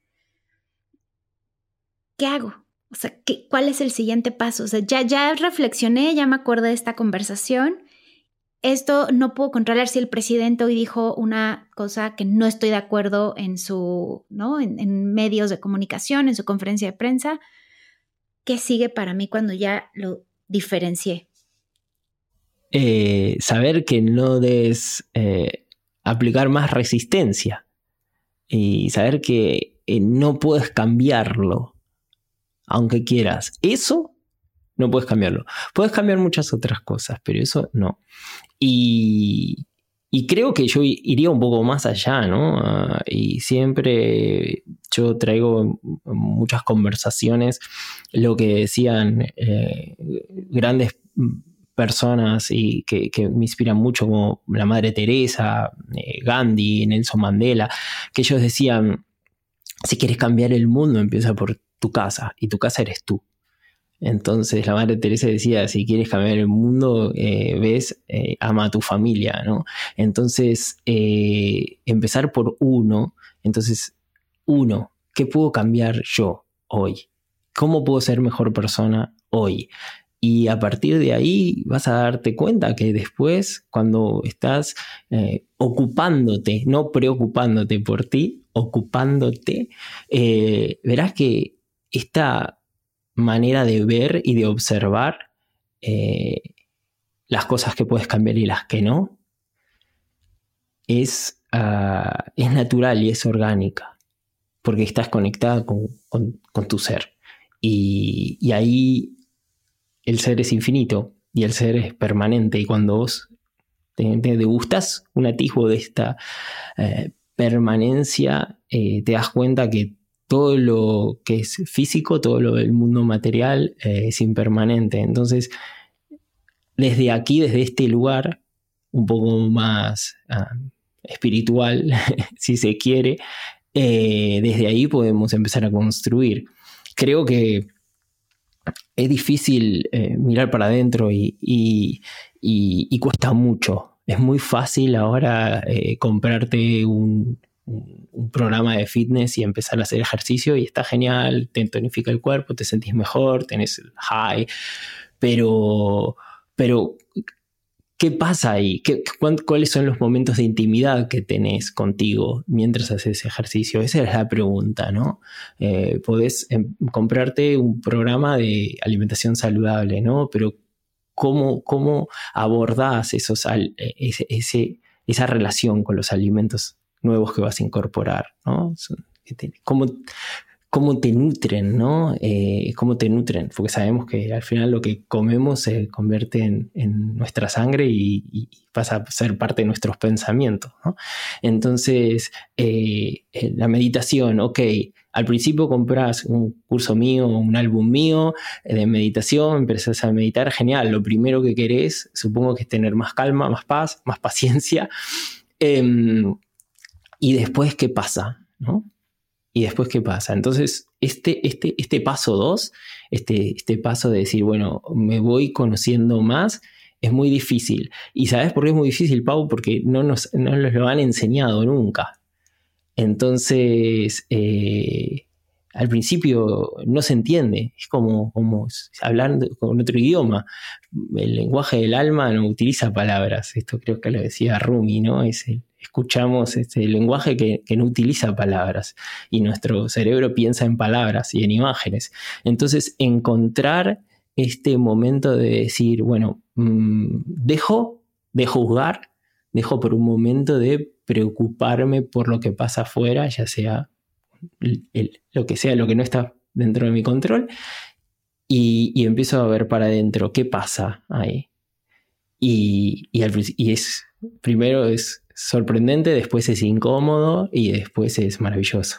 ¿qué hago? O sea, ¿qué, ¿cuál es el siguiente paso? O sea, ya, ya reflexioné, ya me acordé de esta conversación. Esto no puedo controlar. Si el presidente hoy dijo una cosa que no estoy de acuerdo en su, ¿no? En, en medios de comunicación, en su conferencia de prensa. ¿Qué sigue para mí cuando ya lo diferencié? Eh, saber que no debes eh, aplicar más resistencia y saber que eh, no puedes cambiarlo, aunque quieras. Eso no puedes cambiarlo. Puedes cambiar muchas otras cosas, pero eso no. Y, y creo que yo iría un poco más allá, ¿no? Uh, y siempre yo traigo muchas conversaciones lo que decían eh, grandes personas y que, que me inspiran mucho, como la Madre Teresa, eh, Gandhi, Nelson Mandela, que ellos decían, si quieres cambiar el mundo, empieza por tu casa, y tu casa eres tú. Entonces la Madre Teresa decía, si quieres cambiar el mundo, eh, ves, eh, ama a tu familia, ¿no? Entonces, eh, empezar por uno, entonces, uno, ¿qué puedo cambiar yo hoy? ¿Cómo puedo ser mejor persona hoy? Y a partir de ahí vas a darte cuenta que después, cuando estás eh, ocupándote, no preocupándote por ti, ocupándote, eh, verás que esta manera de ver y de observar eh, las cosas que puedes cambiar y las que no, es, uh, es natural y es orgánica, porque estás conectada con, con, con tu ser. Y, y ahí el ser es infinito y el ser es permanente, y cuando vos te, te degustás un atisbo de esta eh, permanencia, eh, te das cuenta que todo lo que es físico, todo lo del mundo material eh, es impermanente. Entonces, desde aquí, desde este lugar, un poco más uh, espiritual, si se quiere, eh, desde ahí podemos empezar a construir. Creo que es difícil eh, mirar para adentro y, y, y, y cuesta mucho. Es muy fácil ahora eh, comprarte un, un, un programa de fitness y empezar a hacer ejercicio, y está genial, te tonifica el cuerpo, te sentís mejor, tenés el high, pero, pero ¿qué pasa ahí? ¿Qué, ¿Cuáles son los momentos de intimidad que tenés contigo mientras haces ejercicio? Esa es la pregunta, ¿no? Eh, podés eh, comprarte un programa de alimentación saludable, ¿no? Pero ¿cómo, cómo abordás esos, ese, ese, esa relación con los alimentos nuevos que vas a incorporar, ¿no? ¿Cómo, cómo te nutren, ¿no? Eh, cómo te nutren, porque sabemos que al final lo que comemos se convierte en, en nuestra sangre y, y pasa a ser parte de nuestros pensamientos, ¿no? Entonces, eh, la meditación, ok, al principio compras un curso mío, un álbum mío de meditación, empezás a meditar, genial, lo primero que querés, supongo que es tener más calma, más paz, más paciencia, eh, y después, ¿qué pasa, no? ¿Y después qué pasa? Entonces, este, este, este paso dos, este, este paso de decir, bueno, me voy conociendo más, es muy difícil. ¿Y sabes por qué es muy difícil, Pau? Porque no nos, no nos lo han enseñado nunca. Entonces, eh, al principio no se entiende. Es como, como hablar con otro idioma. El lenguaje del alma no utiliza palabras. Esto creo que lo decía Rumi, ¿no? Es el escuchamos este lenguaje que, que no utiliza palabras, y nuestro cerebro piensa en palabras y en imágenes. Entonces, encontrar este momento de decir, bueno, mmm, dejo de juzgar, dejo por un momento de preocuparme por lo que pasa afuera, ya sea el, el, lo que sea, lo que no está dentro de mi control, y, y empiezo a ver para adentro qué pasa ahí. Y, y, al, y es, primero es sorprendente, después es incómodo y después es maravilloso.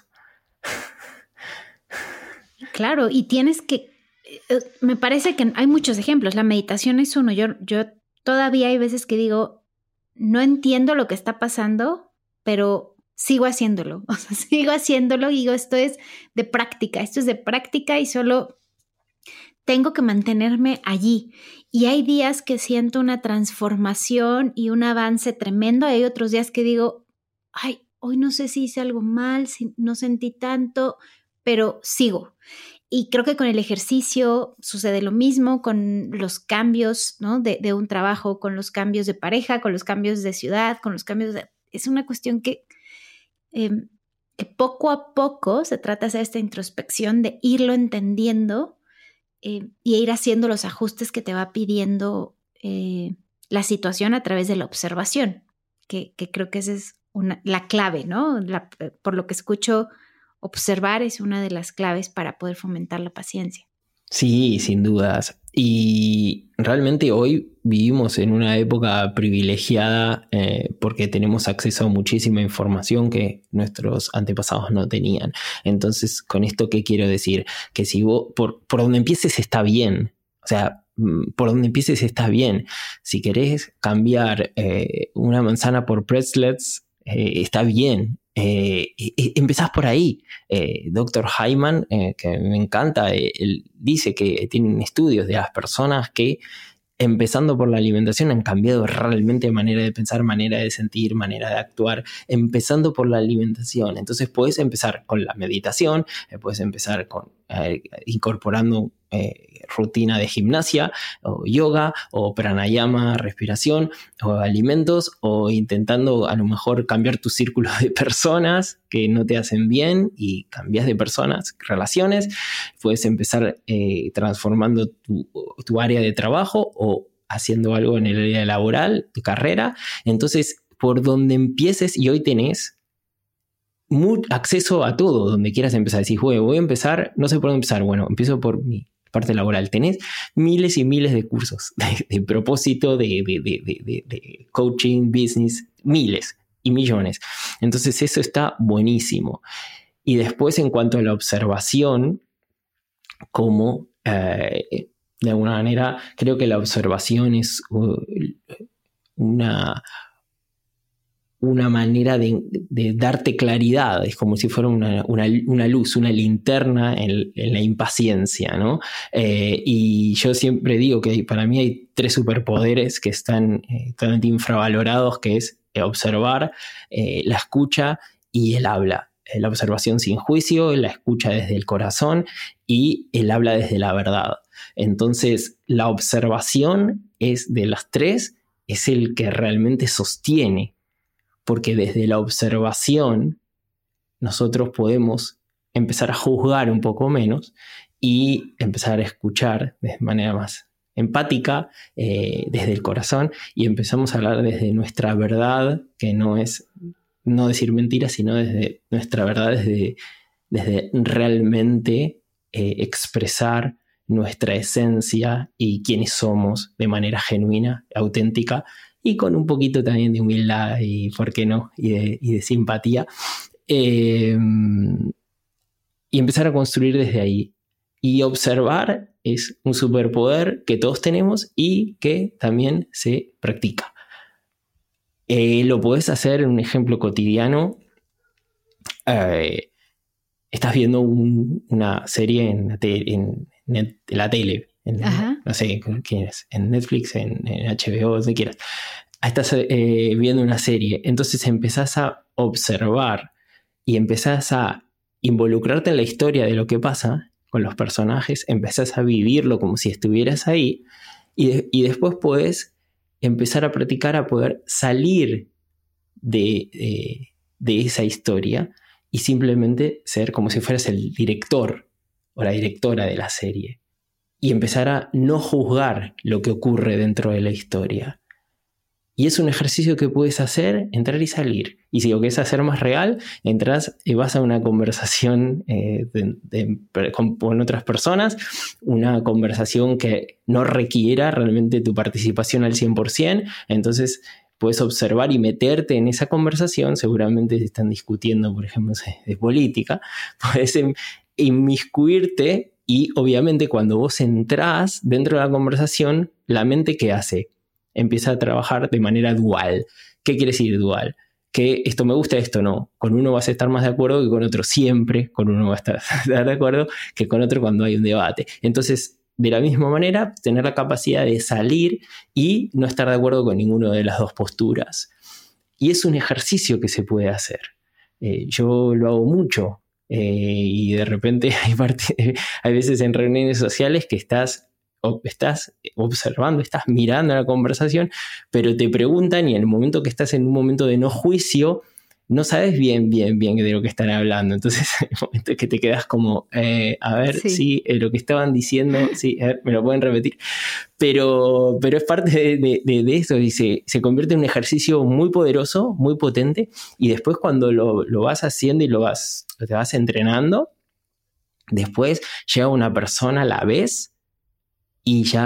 Claro, y tienes que, me parece que hay muchos ejemplos, la meditación es uno, yo, yo todavía hay veces que digo, no entiendo lo que está pasando, pero sigo haciéndolo, o sea, sigo haciéndolo y digo, esto es de práctica, esto es de práctica y solo tengo que mantenerme allí. Y hay días que siento una transformación y un avance tremendo. Hay otros días que digo, ay, hoy no sé si hice algo mal, si no sentí tanto, pero sigo. Y creo que con el ejercicio sucede lo mismo, con los cambios, ¿no? de, de un trabajo, con los cambios de pareja, con los cambios de ciudad, con los cambios de... Es una cuestión que, eh, que poco a poco se trata de hacer esta introspección, de irlo entendiendo, Eh, y ir haciendo los ajustes que te va pidiendo eh, la situación a través de la observación, que, que creo que esa es una, la clave, ¿no? La, por lo que escucho, observar es una de las claves para poder fomentar la paciencia. Sí, sin dudas. Y, realmente hoy vivimos en una época privilegiada eh, porque tenemos acceso a muchísima información que nuestros antepasados no tenían. Entonces, ¿con esto qué quiero decir? Que si vos, por, por donde empieces está bien. O sea, por donde empieces está bien. Si querés cambiar eh, una manzana por pretzels, eh, está bien. Eh, empezás por ahí. eh, doctor Hyman, eh, que me encanta, eh, él dice que tienen estudios de las personas que empezando por la alimentación han cambiado realmente manera de pensar, manera de sentir, manera de actuar, empezando por la alimentación. Entonces puedes empezar con la meditación, eh, puedes empezar con eh, incorporando eh, rutina de gimnasia o yoga o pranayama, respiración o alimentos, o intentando a lo mejor cambiar tu círculo de personas que no te hacen bien y cambias de personas, relaciones. Puedes empezar eh, transformando tu, tu área de trabajo o haciendo algo en el área laboral, tu carrera. Entonces, por donde empieces, y hoy tenés muy acceso a todo, donde quieras empezar. Decís, bueno, voy a empezar, no sé por dónde empezar. Bueno, empiezo por mi parte laboral. Tenés miles y miles de cursos de, de propósito, de, de, de, de, de coaching, business, miles y millones. Entonces eso está buenísimo. Y después, en cuanto a la observación, como eh, de alguna manera creo que la observación es uh, una una manera de, de darte claridad, es como si fuera una, una, una luz, una linterna en, en la impaciencia, ¿no? Eh, y yo siempre digo que para mí hay tres superpoderes que están eh, totalmente infravalorados, que es observar, eh, la escucha y el habla. La observación sin juicio, la escucha desde el corazón y el habla desde la verdad. Entonces, la observación es de las tres, es el que realmente sostiene. Porque desde la observación nosotros podemos empezar a juzgar un poco menos y empezar a escuchar de manera más empática, eh, desde el corazón, y empezamos a hablar desde nuestra verdad, que no es no decir mentiras, sino desde nuestra verdad, desde, desde realmente eh, expresar nuestra esencia y quiénes somos de manera genuina, auténtica, y con un poquito también de humildad y, ¿por qué no?, y de, y de simpatía. Eh, y empezar a construir desde ahí. Y observar es un superpoder que todos tenemos y que también se practica. Eh, lo podés hacer en un ejemplo cotidiano. Eh, estás viendo un, una serie en la, te, en, en la tele. En, no sé quién es, en Netflix, en, en H B O, donde quieras. Estás eh, viendo una serie, entonces empezás a observar y empezás a involucrarte en la historia de lo que pasa con los personajes, empezás a vivirlo como si estuvieras ahí, y, de, y después podés empezar a practicar a poder salir de, de, de esa historia y simplemente ser como si fueras el director o la directora de la serie. Y empezar a no juzgar lo que ocurre dentro de la historia. Y es un ejercicio que puedes hacer, entrar y salir. Y si lo quieres hacer más real, entras y vas a una conversación eh, de, de, con, con otras personas, una conversación que no requiera realmente tu participación al cien por ciento. Entonces puedes observar y meterte en esa conversación. Seguramente si están discutiendo, por ejemplo, de, de política, puedes inmiscuirte. Y obviamente cuando vos entrás dentro de la conversación, la mente ¿qué hace? Empieza a trabajar de manera dual. ¿Qué quiere decir dual? Que esto me gusta, esto no. Con uno vas a estar más de acuerdo que con otro. Siempre con uno vas a estar de acuerdo que con otro cuando hay un debate. Entonces, de la misma manera, tener la capacidad de salir y no estar de acuerdo con ninguna de las dos posturas. Y es un ejercicio que se puede hacer. Eh, yo lo hago mucho. Eh, y de repente hay, parte, hay veces en reuniones sociales que estás, estás observando, estás mirando la conversación, pero te preguntan y en el momento que estás en un momento de no juicio, no sabes bien, bien, bien de lo que están hablando. Entonces, en el momento que te quedas como, eh, a ver, sí, sí eh, lo que estaban diciendo, sí, a ver, me lo pueden repetir. Pero, pero es parte de, de, de, de eso y se, se convierte en un ejercicio muy poderoso, muy potente. Y después cuando lo, lo vas haciendo y lo vas, te vas entrenando, después llega una persona, la ves y ya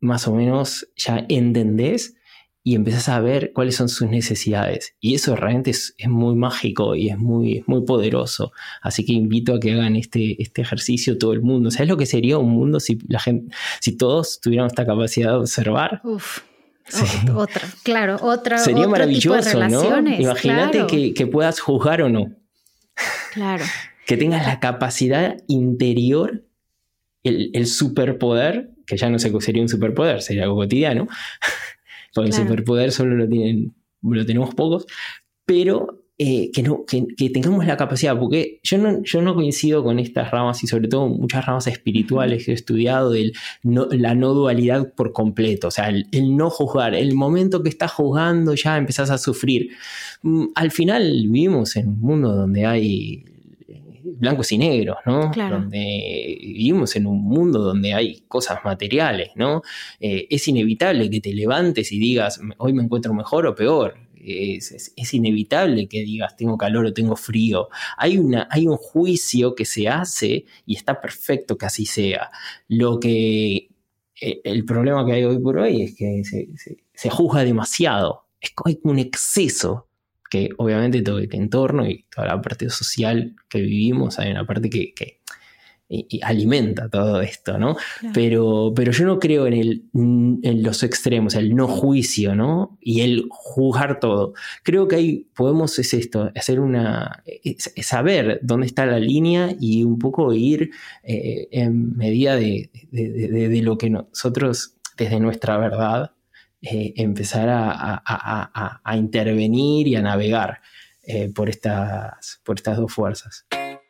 más o menos ya entendés y empezás a ver cuáles son sus necesidades. Y eso realmente es, es muy mágico y es muy, muy poderoso. Así que invito a que hagan este, este ejercicio todo el mundo. ¿Sabes lo que sería un mundo si la gente, si todos tuviéramos esta capacidad de observar? Uf. Sí. O, otra, claro, otra. Sería otro maravilloso, tipo de ¿no? Imagínate claro. que, que puedas juzgar o no. Claro. Que tengas la capacidad interior, el, el superpoder, que ya no sé qué sería un superpoder, sería algo cotidiano, porque claro. El superpoder solo lo tienen, lo tenemos pocos, pero eh, que, no, que, que tengamos la capacidad, porque yo no, yo no coincido con estas ramas y sobre todo muchas ramas espirituales que he estudiado de no, la no dualidad por completo, o sea, el, el no juzgar, el momento que estás juzgando ya empezás a sufrir. Al final vivimos en un mundo donde hay blancos y negros, ¿no? Claro. Donde vivimos en un mundo donde hay cosas materiales, ¿no? Eh, es inevitable que te levantes y digas, hoy me encuentro mejor o peor. Es, es, es inevitable que digas, tengo calor o tengo frío. Hay, una, hay un juicio que se hace y está perfecto que así sea. Lo que, eh, el problema que hay hoy por hoy es que se, se, se juzga demasiado. Es, hay un exceso. Que obviamente todo el entorno y toda la parte social que vivimos, hay una parte que, que y, y alimenta todo esto, ¿no? Claro. Pero, pero yo no creo en, el, en los extremos, el no juicio, ¿no? Y el juzgar todo. Creo que ahí podemos, es esto, hacer una, es, es saber dónde está la línea y un poco ir eh, en medida de, de, de, de lo que nosotros, desde nuestra verdad, Eh, empezar a, a, a, a, a intervenir y a navegar eh, por, estas, por estas dos fuerzas.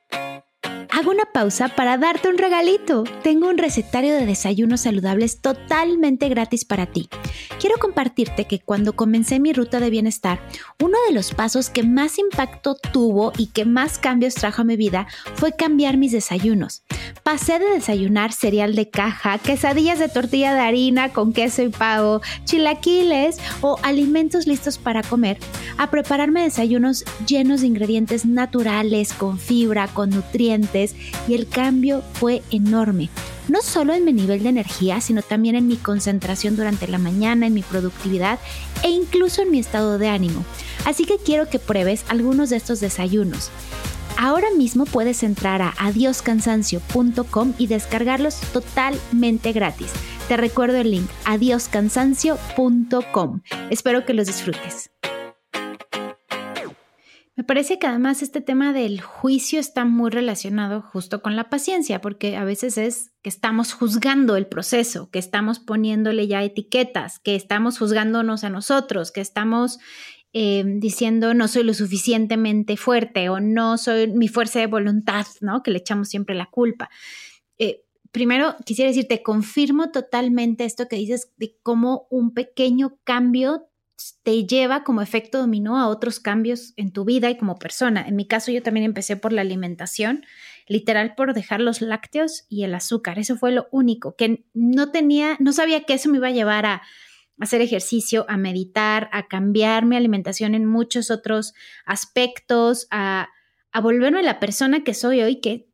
Hago una pausa para darte un regalito. Tengo un recetario de desayunos saludables totalmente gratis para ti. Quiero compartirte que cuando comencé mi ruta de bienestar, uno de los pasos que más impacto tuvo y que más cambios trajo a mi vida fue cambiar mis desayunos. Pasé de desayunar cereal de caja, quesadillas de tortilla de harina con queso y pavo, chilaquiles o alimentos listos para comer, a prepararme desayunos llenos de ingredientes naturales, con fibra, con nutrientes, y el cambio fue enorme. No solo en mi nivel de energía, sino también en mi concentración durante la mañana, en mi productividad e incluso en mi estado de ánimo. Así que quiero que pruebes algunos de estos desayunos. Ahora mismo puedes entrar a adiós cansancio punto com y descargarlos totalmente gratis. Te recuerdo el link adiós cansancio punto com. Espero que los disfrutes. Me parece que además este tema del juicio está muy relacionado justo con la paciencia, porque a veces es que estamos juzgando el proceso, que estamos poniéndole ya etiquetas, que estamos juzgándonos a nosotros, que estamos eh, diciendo no soy lo suficientemente fuerte o no soy mi fuerza de voluntad, ¿no? Que le echamos siempre la culpa. Eh, primero quisiera decirte, confirmo totalmente esto que dices de cómo un pequeño cambio te lleva como efecto dominó a otros cambios en tu vida y como persona. En mi caso yo también empecé por la alimentación, literal por dejar los lácteos y el azúcar. Eso fue lo único, que no tenía, no sabía que eso me iba a llevar a hacer ejercicio, a meditar, a cambiar mi alimentación en muchos otros aspectos, a, a volverme la persona que soy hoy, que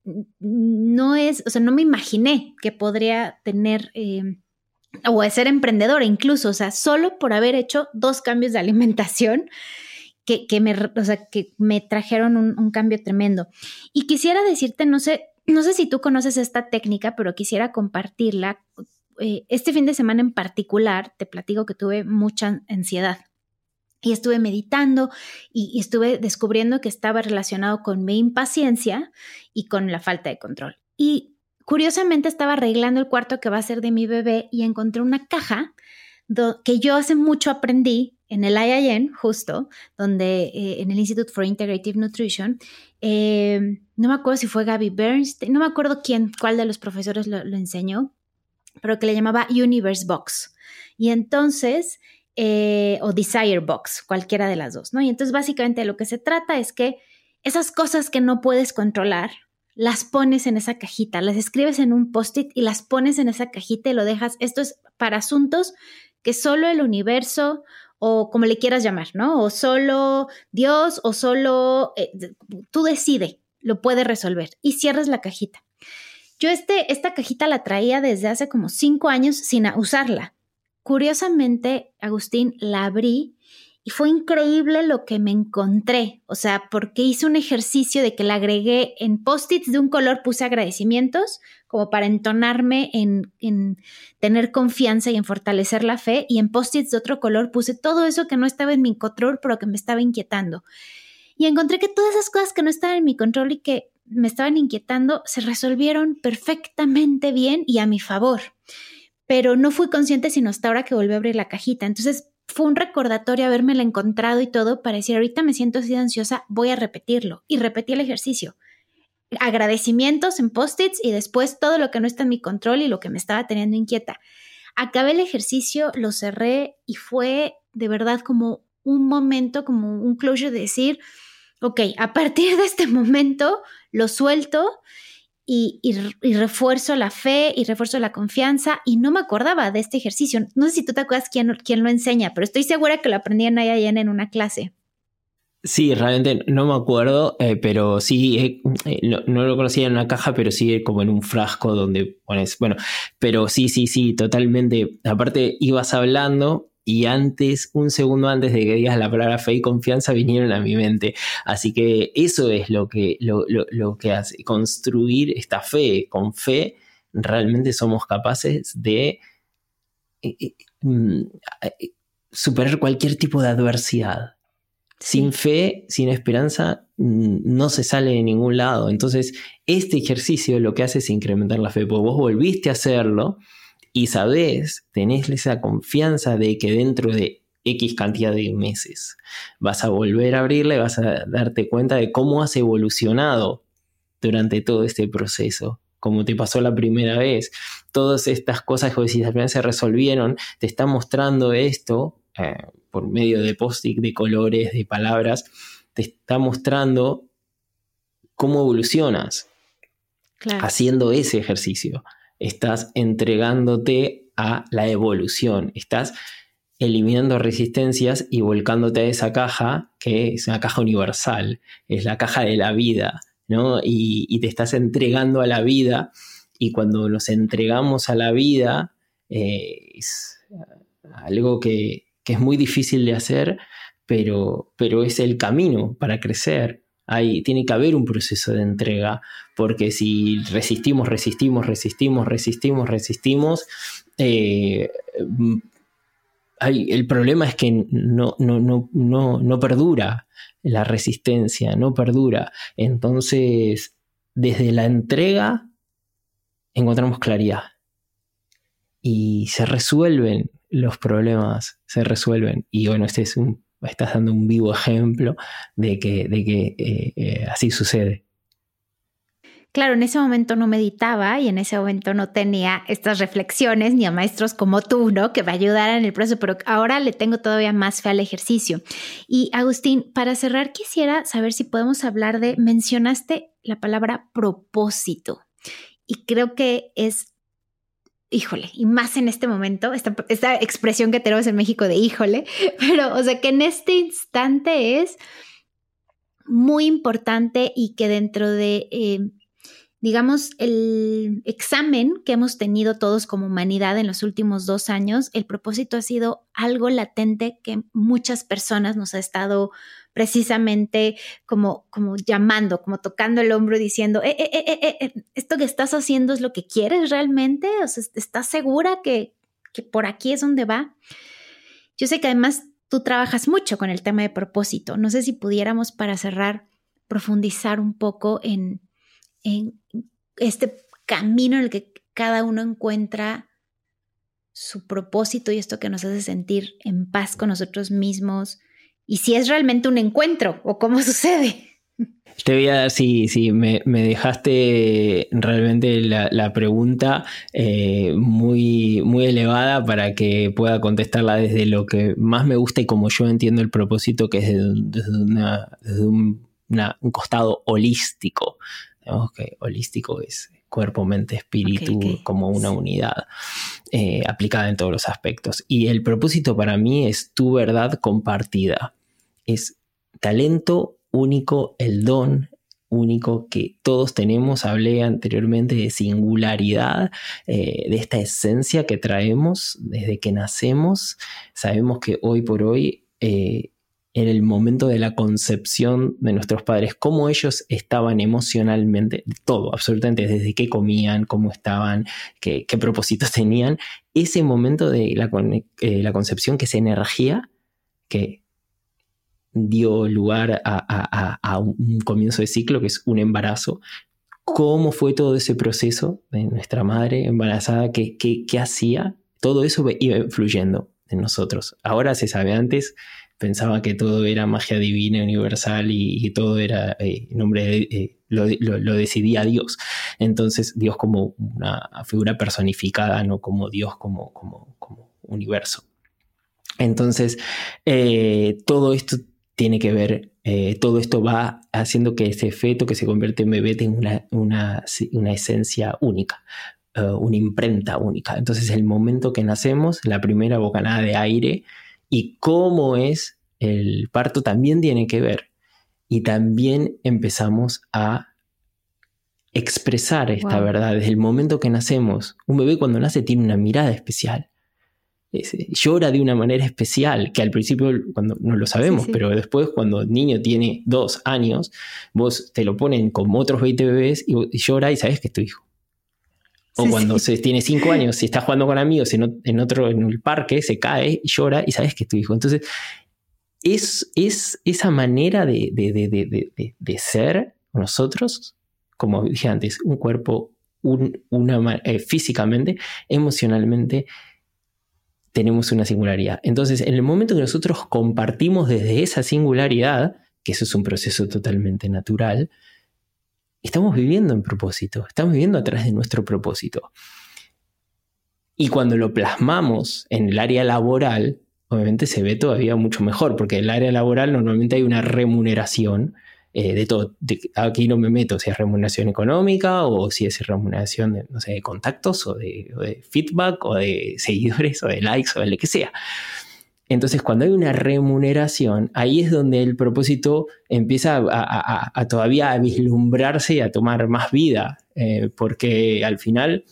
no es, o sea, no me imaginé que podría tener... Eh, o de ser emprendedora incluso, o sea, solo por haber hecho dos cambios de alimentación que, que, me, o sea, que me trajeron un, un cambio tremendo. Y quisiera decirte, no sé, no sé si tú conoces esta técnica, pero quisiera compartirla. Eh, este fin de semana en particular, te platico que tuve mucha ansiedad y estuve meditando y, y estuve descubriendo que estaba relacionado con mi impaciencia y con la falta de control. Y curiosamente estaba arreglando el cuarto que va a ser de mi bebé y encontré una caja do, que yo hace mucho aprendí en el I I N, justo, donde eh, en el Institute for Integrative Nutrition. Eh, no me acuerdo si fue Gabby Bernstein, no me acuerdo quién, cuál de los profesores lo, lo enseñó, pero que le llamaba Universe Box. Y entonces, eh, o Desire Box, cualquiera de las dos, ¿no? Y entonces básicamente lo que se trata es que esas cosas que no puedes controlar, las pones en esa cajita, las escribes en un post-it y las pones en esa cajita y lo dejas. Esto es para asuntos que solo el universo o como le quieras llamar, ¿no? O solo Dios o solo eh, tú decides, lo puedes resolver y cierras la cajita. Yo este, esta cajita la traía desde hace como cinco años sin usarla. Curiosamente, Agustín, la abrí y fue increíble lo que me encontré. O sea, porque hice un ejercicio de que la agregué en post-its de un color, puse agradecimientos como para entonarme en, en tener confianza y en fortalecer la fe. Y en post-its de otro color puse todo eso que no estaba en mi control, pero que me estaba inquietando. Y encontré que todas esas cosas que no estaban en mi control y que me estaban inquietando se resolvieron perfectamente bien y a mi favor. Pero no fui consciente sino hasta ahora que volví a abrir la cajita. Entonces fue un recordatorio habérmela encontrado y todo para decir, ahorita me siento así de ansiosa, voy a repetirlo. Y repetí el ejercicio. Agradecimientos en post-its y después todo lo que no está en mi control y lo que me estaba teniendo inquieta. Acabé el ejercicio, lo cerré y fue de verdad como un momento, como un closure de decir, ok, a partir de este momento lo suelto y, y, y refuerzo la fe y refuerzo la confianza y no me acordaba de este ejercicio. No sé si tú te acuerdas quién, quién lo enseña, pero estoy segura que lo aprendí en I I N en una clase. Sí, realmente no me acuerdo, eh, pero sí, eh, eh, no, no lo conocía en una caja, pero sí como en un frasco donde pones, bueno, pero sí, sí, sí, totalmente. Aparte ibas hablando y antes, un segundo antes de que digas la palabra fe y confianza vinieron a mi mente. Así que eso es lo que, lo, lo, lo que hace, construir esta fe. Con fe realmente somos capaces de eh, eh, eh, superar cualquier tipo de adversidad. Sin fe, sin esperanza, no se sale de ningún lado. Entonces, este ejercicio lo que hace es incrementar la fe, porque vos volviste a hacerlo y sabés, tenés esa confianza de que dentro de X cantidad de meses vas a volver a abrirla y vas a darte cuenta de cómo has evolucionado durante todo este proceso. Como te pasó la primera vez, todas estas cosas que vos decís, al final se resolvieron, te está mostrando esto, eh, por medio de post-it, de colores, de palabras, te está mostrando cómo evolucionas. Claro. Haciendo ese ejercicio. Estás entregándote a la evolución, estás eliminando resistencias y volcándote a esa caja que es una caja universal, es la caja de la vida, ¿no? Y, y te estás entregando a la vida, y cuando nos entregamos a la vida eh, es algo que, que es muy difícil de hacer, pero, pero es el camino para crecer. Hay, tiene que haber un proceso de entrega, porque si resistimos, resistimos, resistimos, resistimos, resistimos, eh, hay, el problema es que no, no, no, no, no perdura la resistencia, no perdura. Entonces, desde la entrega encontramos claridad y se resuelven los problemas, se resuelven. Y bueno, este es un estás dando un vivo ejemplo de que, de que eh, eh, así sucede. Claro, en ese momento no meditaba y en ese momento no tenía estas reflexiones ni a maestros como tú, ¿no? Que me ayudaran en el proceso, pero ahora le tengo todavía más fe al ejercicio. Y Agustín, para cerrar quisiera saber si podemos hablar de, mencionaste la palabra propósito y creo que es híjole, y más en este momento, esta, esta expresión que tenemos en México de híjole, pero o sea que en este instante es muy importante y que dentro de, eh, digamos, el examen que hemos tenido todos como humanidad en los últimos dos años, el propósito ha sido algo latente que muchas personas nos ha estado precisamente como, como llamando, como tocando el hombro diciendo, eh, eh, eh, eh, eh, ¿esto que estás haciendo es lo que quieres realmente? O sea, ¿estás segura que, que por aquí es donde va? Yo sé que además tú trabajas mucho con el tema de propósito. No sé si pudiéramos, para cerrar, profundizar un poco en, en este camino en el que cada uno encuentra su propósito y esto que nos hace sentir en paz con nosotros mismos. Y si es realmente un encuentro o cómo sucede. Te voy a dar, sí, sí, me, me dejaste realmente la, la pregunta eh, muy, muy elevada para que pueda contestarla desde lo que más me gusta y como yo entiendo el propósito, que es desde, desde, una, desde un, una, un costado holístico. Digamos que holístico es cuerpo, mente, espíritu, okay, okay. como una unidad eh, aplicada en todos los aspectos. Y el propósito para mí es tu verdad compartida. Es talento único, el don único que todos tenemos. Hablé anteriormente de singularidad, eh, de esta esencia que traemos desde que nacemos. Sabemos que hoy por hoy, eh, en el momento de la concepción de nuestros padres, cómo ellos estaban emocionalmente, todo, absolutamente, desde qué comían, cómo estaban, qué, qué propósitos tenían, ese momento de la, eh, la concepción, que es energía que dio lugar a, a, a un comienzo de ciclo, que es un embarazo. ¿Cómo fue todo ese proceso de nuestra madre embarazada? ¿Qué, qué, qué hacía? Todo eso iba influyendo en nosotros. Ahora se sabe, antes pensaba que todo era magia divina, universal, y, y todo era eh, nombre de, eh, lo, lo, lo decidía Dios. Entonces Dios como una figura personificada, no como Dios como, como, como universo. Entonces eh, todo esto tiene que ver, eh, todo esto va haciendo que ese feto que se convierte en bebé tenga una, una, una esencia única, uh, una imprenta única. Entonces el momento que nacemos, la primera bocanada de aire y cómo es el parto también tiene que ver. Y también empezamos a expresar esta wow. verdad. Desde el momento que nacemos, un bebé cuando nace tiene una mirada especial. Es, llora de una manera especial, que al principio cuando no lo sabemos, sí, sí. pero después cuando el niño tiene dos años, vos te lo ponen con otros veinte bebés y, y llora y sabes que es tu hijo. O sí, cuando sí. se tiene cinco años, si está jugando con amigos en, en otro, en el parque, se cae y llora y sabes que es tu hijo. Entonces, es, es esa manera de, de, de, de, de, de ser nosotros, como dije antes, un cuerpo, un, una, eh, físicamente, emocionalmente, tenemos una singularidad. Entonces, en el momento que nosotros compartimos desde esa singularidad, que eso es un proceso totalmente natural, estamos viviendo en propósito, estamos viviendo a través de nuestro propósito. Y cuando lo plasmamos en el área laboral, obviamente se ve todavía mucho mejor, porque en el área laboral normalmente hay una remuneración eh, de todo. De, aquí no me meto si es remuneración económica o si es remuneración de, no sé, de contactos o de, o de feedback o de seguidores o de likes o de lo que sea. Entonces, cuando hay una remuneración, ahí es donde el propósito empieza a, a, a, a todavía a vislumbrarse y a tomar más vida, eh, porque al final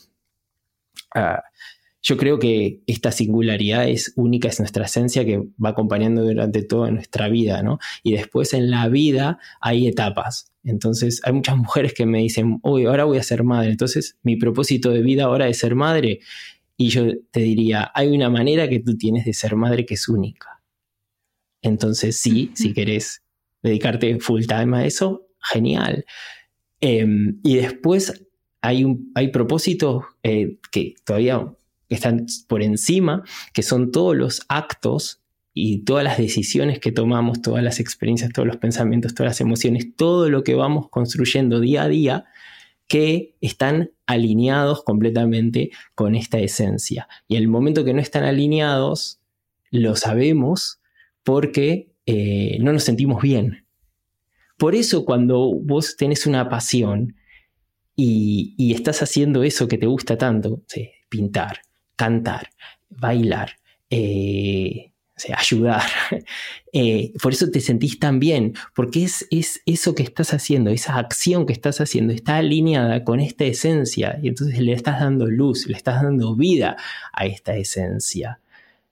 uh, yo creo que esta singularidad es única, es nuestra esencia que va acompañando durante toda nuestra vida, ¿no? Y después en la vida hay etapas. Entonces hay muchas mujeres que me dicen, uy, ahora voy a ser madre, entonces mi propósito de vida ahora es ser madre. Y yo te diría, hay una manera que tú tienes de ser madre que es única. Entonces sí, uh-huh. si querés dedicarte full time a eso, genial. Eh, y después hay, un, hay propósitos eh, que todavía están por encima, que son todos los actos y todas las decisiones que tomamos, todas las experiencias, todos los pensamientos, todas las emociones, todo lo que vamos construyendo día a día, que están alineados completamente con esta esencia. Y en el momento que no están alineados, lo sabemos porque eh, no nos sentimos bien. Por eso cuando vos tenés una pasión y, y estás haciendo eso que te gusta tanto, ¿sí? Pintar, cantar, bailar, eh, o sea, ayudar, eh, por eso te sentís tan bien, porque es, es eso que estás haciendo, esa acción que estás haciendo está alineada con esta esencia y entonces le estás dando luz, le estás dando vida a esta esencia.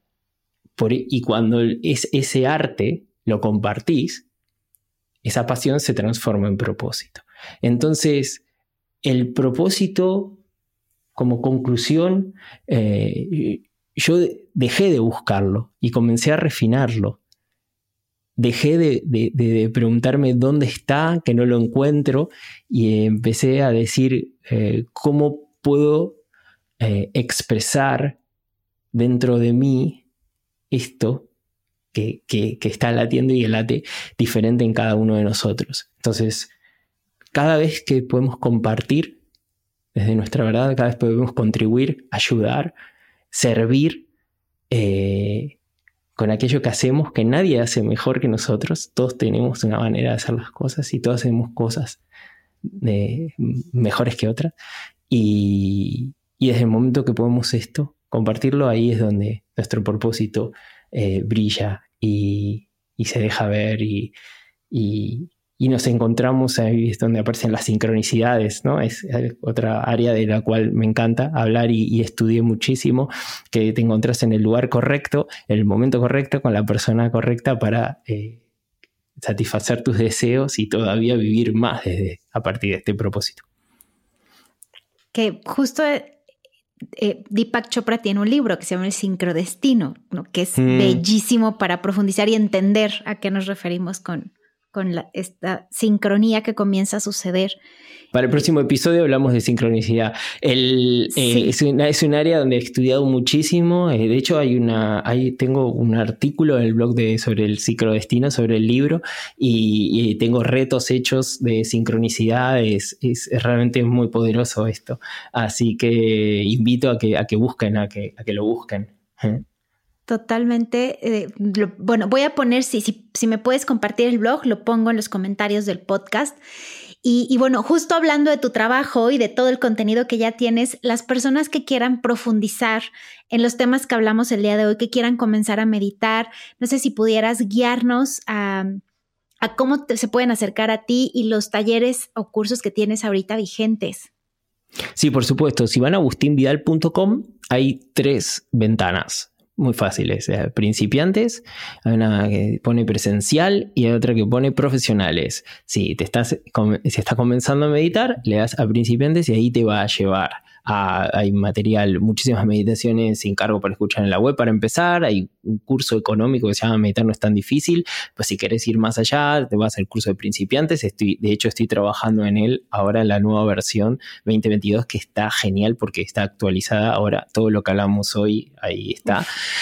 Por, y cuando es, ese arte lo compartís, esa pasión se transforma en propósito. Entonces, el propósito, como conclusión, eh, yo dejé de buscarlo y comencé a refinarlo. Dejé de, de, de preguntarme dónde está, que no lo encuentro, y empecé a decir eh, cómo puedo eh, expresar dentro de mí esto que, que, que está latiendo y que late diferente en cada uno de nosotros. Entonces, cada vez que podemos compartir desde nuestra verdad, cada vez podemos contribuir, ayudar, servir eh, con aquello que hacemos, que nadie hace mejor que nosotros. Todos tenemos una manera de hacer las cosas y todos hacemos cosas de, mejores que otras. Y, y desde el momento que podemos esto, compartirlo, ahí es donde nuestro propósito eh, brilla y, y se deja ver y, y, y nos encontramos ahí, es donde aparecen las sincronicidades, ¿no? Es otra área de la cual me encanta hablar y, y estudié muchísimo, que te encontrás en el lugar correcto, en el momento correcto, con la persona correcta para eh, satisfacer tus deseos y todavía vivir más desde, a partir de este propósito. Que justo eh, Deepak Chopra tiene un libro que se llama El Sincrodestino, ¿no? Que es mm. bellísimo para profundizar y entender a qué nos referimos con, con la, esta sincronía que comienza a suceder. Para el próximo episodio hablamos de sincronicidad. El, sí. eh, es, una, es un área donde he estudiado muchísimo. Eh, de hecho, hay una, hay, tengo un artículo en el blog de, sobre el sincrodestino, sobre el libro, y, y tengo retos hechos de sincronicidad. Es, es, es realmente muy poderoso esto. Así que invito a que, a que busquen, a que, a que lo busquen. ¿Eh? Totalmente. Eh, lo, bueno, voy a poner, si, si, si me puedes compartir el blog, lo pongo en los comentarios del podcast. Y, y bueno, justo hablando de tu trabajo y de todo el contenido que ya tienes, las personas que quieran profundizar en los temas que hablamos el día de hoy, que quieran comenzar a meditar, no sé si pudieras guiarnos a, a cómo te, se pueden acercar a ti y los talleres o cursos que tienes ahorita vigentes. Sí, por supuesto. Si van a agustin vidal punto com, hay tres ventanas. Muy fáciles, eh, principiantes, hay una que pone presencial y hay otra que pone profesionales. Si te estás, si estás comenzando a meditar, le das a principiantes y ahí te va a llevar. A, hay material, muchísimas meditaciones sin cargo para escuchar en la web para empezar. Hay un curso económico que se llama Meditar no es tan difícil. Pues si querés ir más allá, te vas al curso de principiantes. Estoy, de hecho, estoy trabajando en él ahora en la nueva versión veinte veintidós, que está genial porque está actualizada. Ahora todo lo que hablamos hoy, ahí está.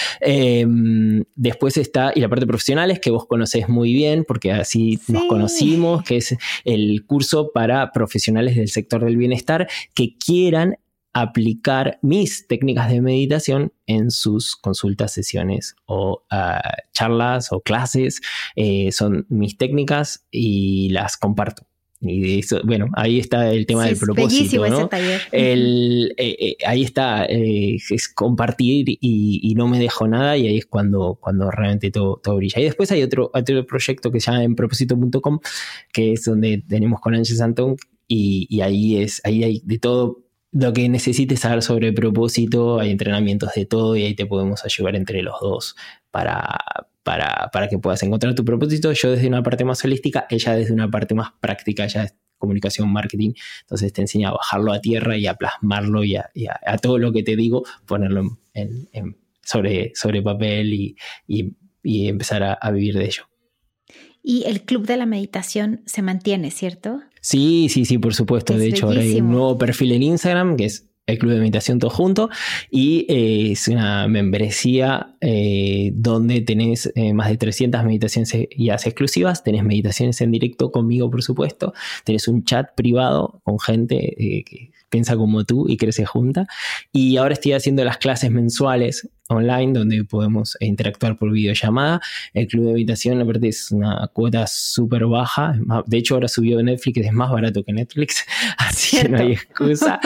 Eh, después está, y la parte profesional es que vos conocés muy bien, porque así sí. nos conocimos, que es el curso para profesionales del sector del bienestar que quieran aplicar mis técnicas de meditación en sus consultas, sesiones o uh, charlas o clases. Eh, son mis técnicas y las comparto. Y de eso, bueno, ahí está el tema sí, del propósito, bellísimo, ¿no? Ese taller. El, eh, eh, ahí está, eh, es compartir y, y no me dejo nada, y ahí es cuando, cuando realmente todo, todo brilla. Y después hay otro, otro proyecto que se llama en propósito punto com, que es donde tenemos con Ángel Santón, y, y ahí es, ahí hay de todo lo que necesites saber sobre el propósito. Hay entrenamientos de todo y ahí te podemos ayudar entre los dos para, para, para que puedas encontrar tu propósito. Yo desde una parte más holística, ella desde una parte más práctica, ella es comunicación, marketing. Entonces te enseña a bajarlo a tierra y a plasmarlo y a, y a, a todo lo que te digo, ponerlo en, en, sobre, sobre papel y, y, y empezar a, a vivir de ello. Y el Club de la Meditación se mantiene, ¿cierto? Sí, sí, sí, por supuesto. Es de hecho, bellísimo. Ahora hay un nuevo perfil en Instagram que es el Club de Meditación todo junto, y eh, es una membresía eh, donde tenés eh, más de trescientas meditaciones guiadas exclusivas, tenés meditaciones en directo conmigo, por supuesto, tenés un chat privado con gente eh, que piensa como tú y crece junta, y ahora estoy haciendo las clases mensuales online donde podemos interactuar por videollamada. El Club de Meditación, aparte, es una cuota súper baja. De hecho, ahora subió Netflix, es más barato que Netflix, así ¿cierto? Que no hay excusa.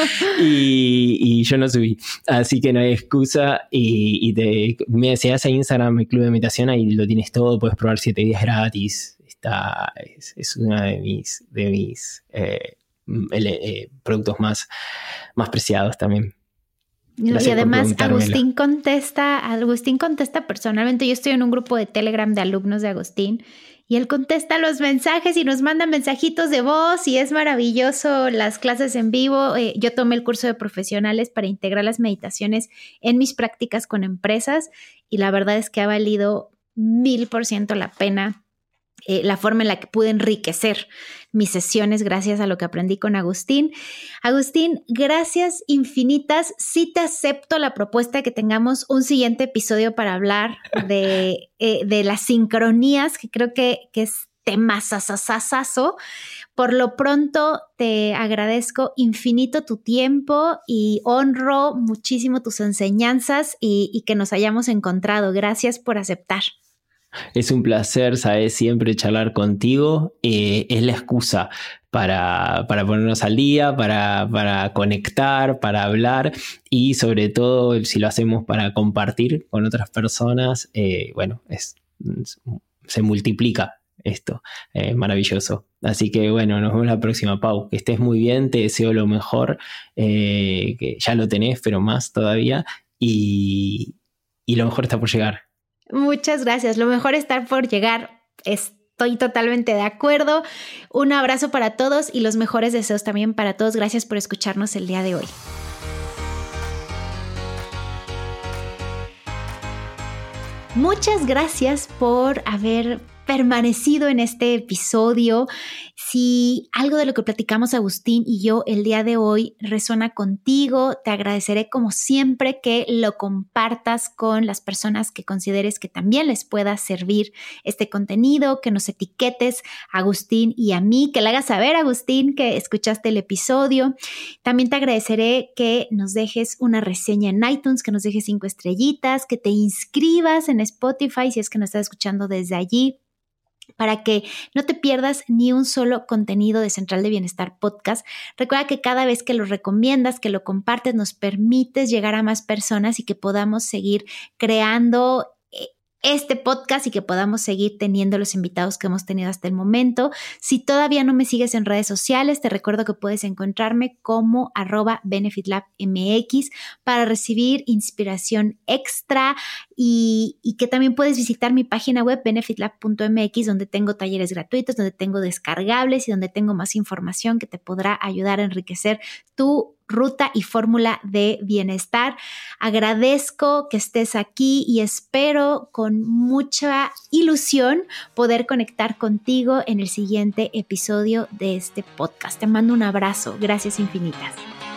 y, y yo no subí, así que no hay excusa. Y, y te, me decías a Instagram, el Club de Meditación, ahí lo tienes todo, puedes probar siete días gratis. Está, es, es una de mis, de mis eh, eh, productos más, más preciados también. Gracias. Y además Agustín contesta, Agustín contesta personalmente. Yo estoy en un grupo de Telegram de alumnos de Agustín y él contesta los mensajes y nos manda mensajitos de voz y es maravilloso las clases en vivo. Eh, yo tomé el curso de profesionales para integrar las meditaciones en mis prácticas con empresas y la verdad es que ha valido mil por ciento la pena. Eh, la forma en la que pude enriquecer mis sesiones gracias a lo que aprendí con Agustín. Agustín, gracias infinitas. Sí te acepto la propuesta de que tengamos un siguiente episodio para hablar de, eh, de las sincronías, que creo que, que es temazazazazo. Por lo pronto te agradezco infinito tu tiempo y honro muchísimo tus enseñanzas y, y que nos hayamos encontrado. Gracias por aceptar. Es un placer, ¿sabes? Siempre charlar contigo. Eh, es la excusa para, para ponernos al día, para, para conectar, para hablar y sobre todo si lo hacemos para compartir con otras personas, eh, bueno, es, se multiplica esto. Eh, maravilloso. Así que bueno, nos vemos la próxima, Pau. Que estés muy bien, te deseo lo mejor, eh, que ya lo tenés, pero más todavía, y, y lo mejor está por llegar. Muchas gracias, lo mejor está por llegar, estoy totalmente de acuerdo. Un abrazo para todos y los mejores deseos también para todos. Gracias por escucharnos el día de hoy. Muchas gracias por haber permanecido en este episodio. Si algo de lo que platicamos Agustín y yo el día de hoy resuena contigo, te agradeceré como siempre que lo compartas con las personas que consideres que también les pueda servir este contenido, que nos etiquetes a Agustín y a mí, que le hagas saber a Agustín que escuchaste el episodio. También te agradeceré que nos dejes una reseña en iTunes, que nos dejes cinco estrellitas, que te inscribas en Spotify si es que nos estás escuchando desde allí, para que no te pierdas ni un solo contenido de Central de Bienestar Podcast. Recuerda que cada vez que lo recomiendas, que lo compartes, nos permites llegar a más personas y que podamos seguir creando este podcast y que podamos seguir teniendo los invitados que hemos tenido hasta el momento. Si todavía no me sigues en redes sociales, te recuerdo que puedes encontrarme como arroba BenefitLabMX para recibir inspiración extra y, y que también puedes visitar mi página web benefitlab punto m x, donde tengo talleres gratuitos, donde tengo descargables y donde tengo más información que te podrá ayudar a enriquecer tu ruta y fórmula de bienestar. Agradezco que estés aquí y espero con mucha ilusión poder conectar contigo en el siguiente episodio de este podcast. Te mando un abrazo. Gracias infinitas.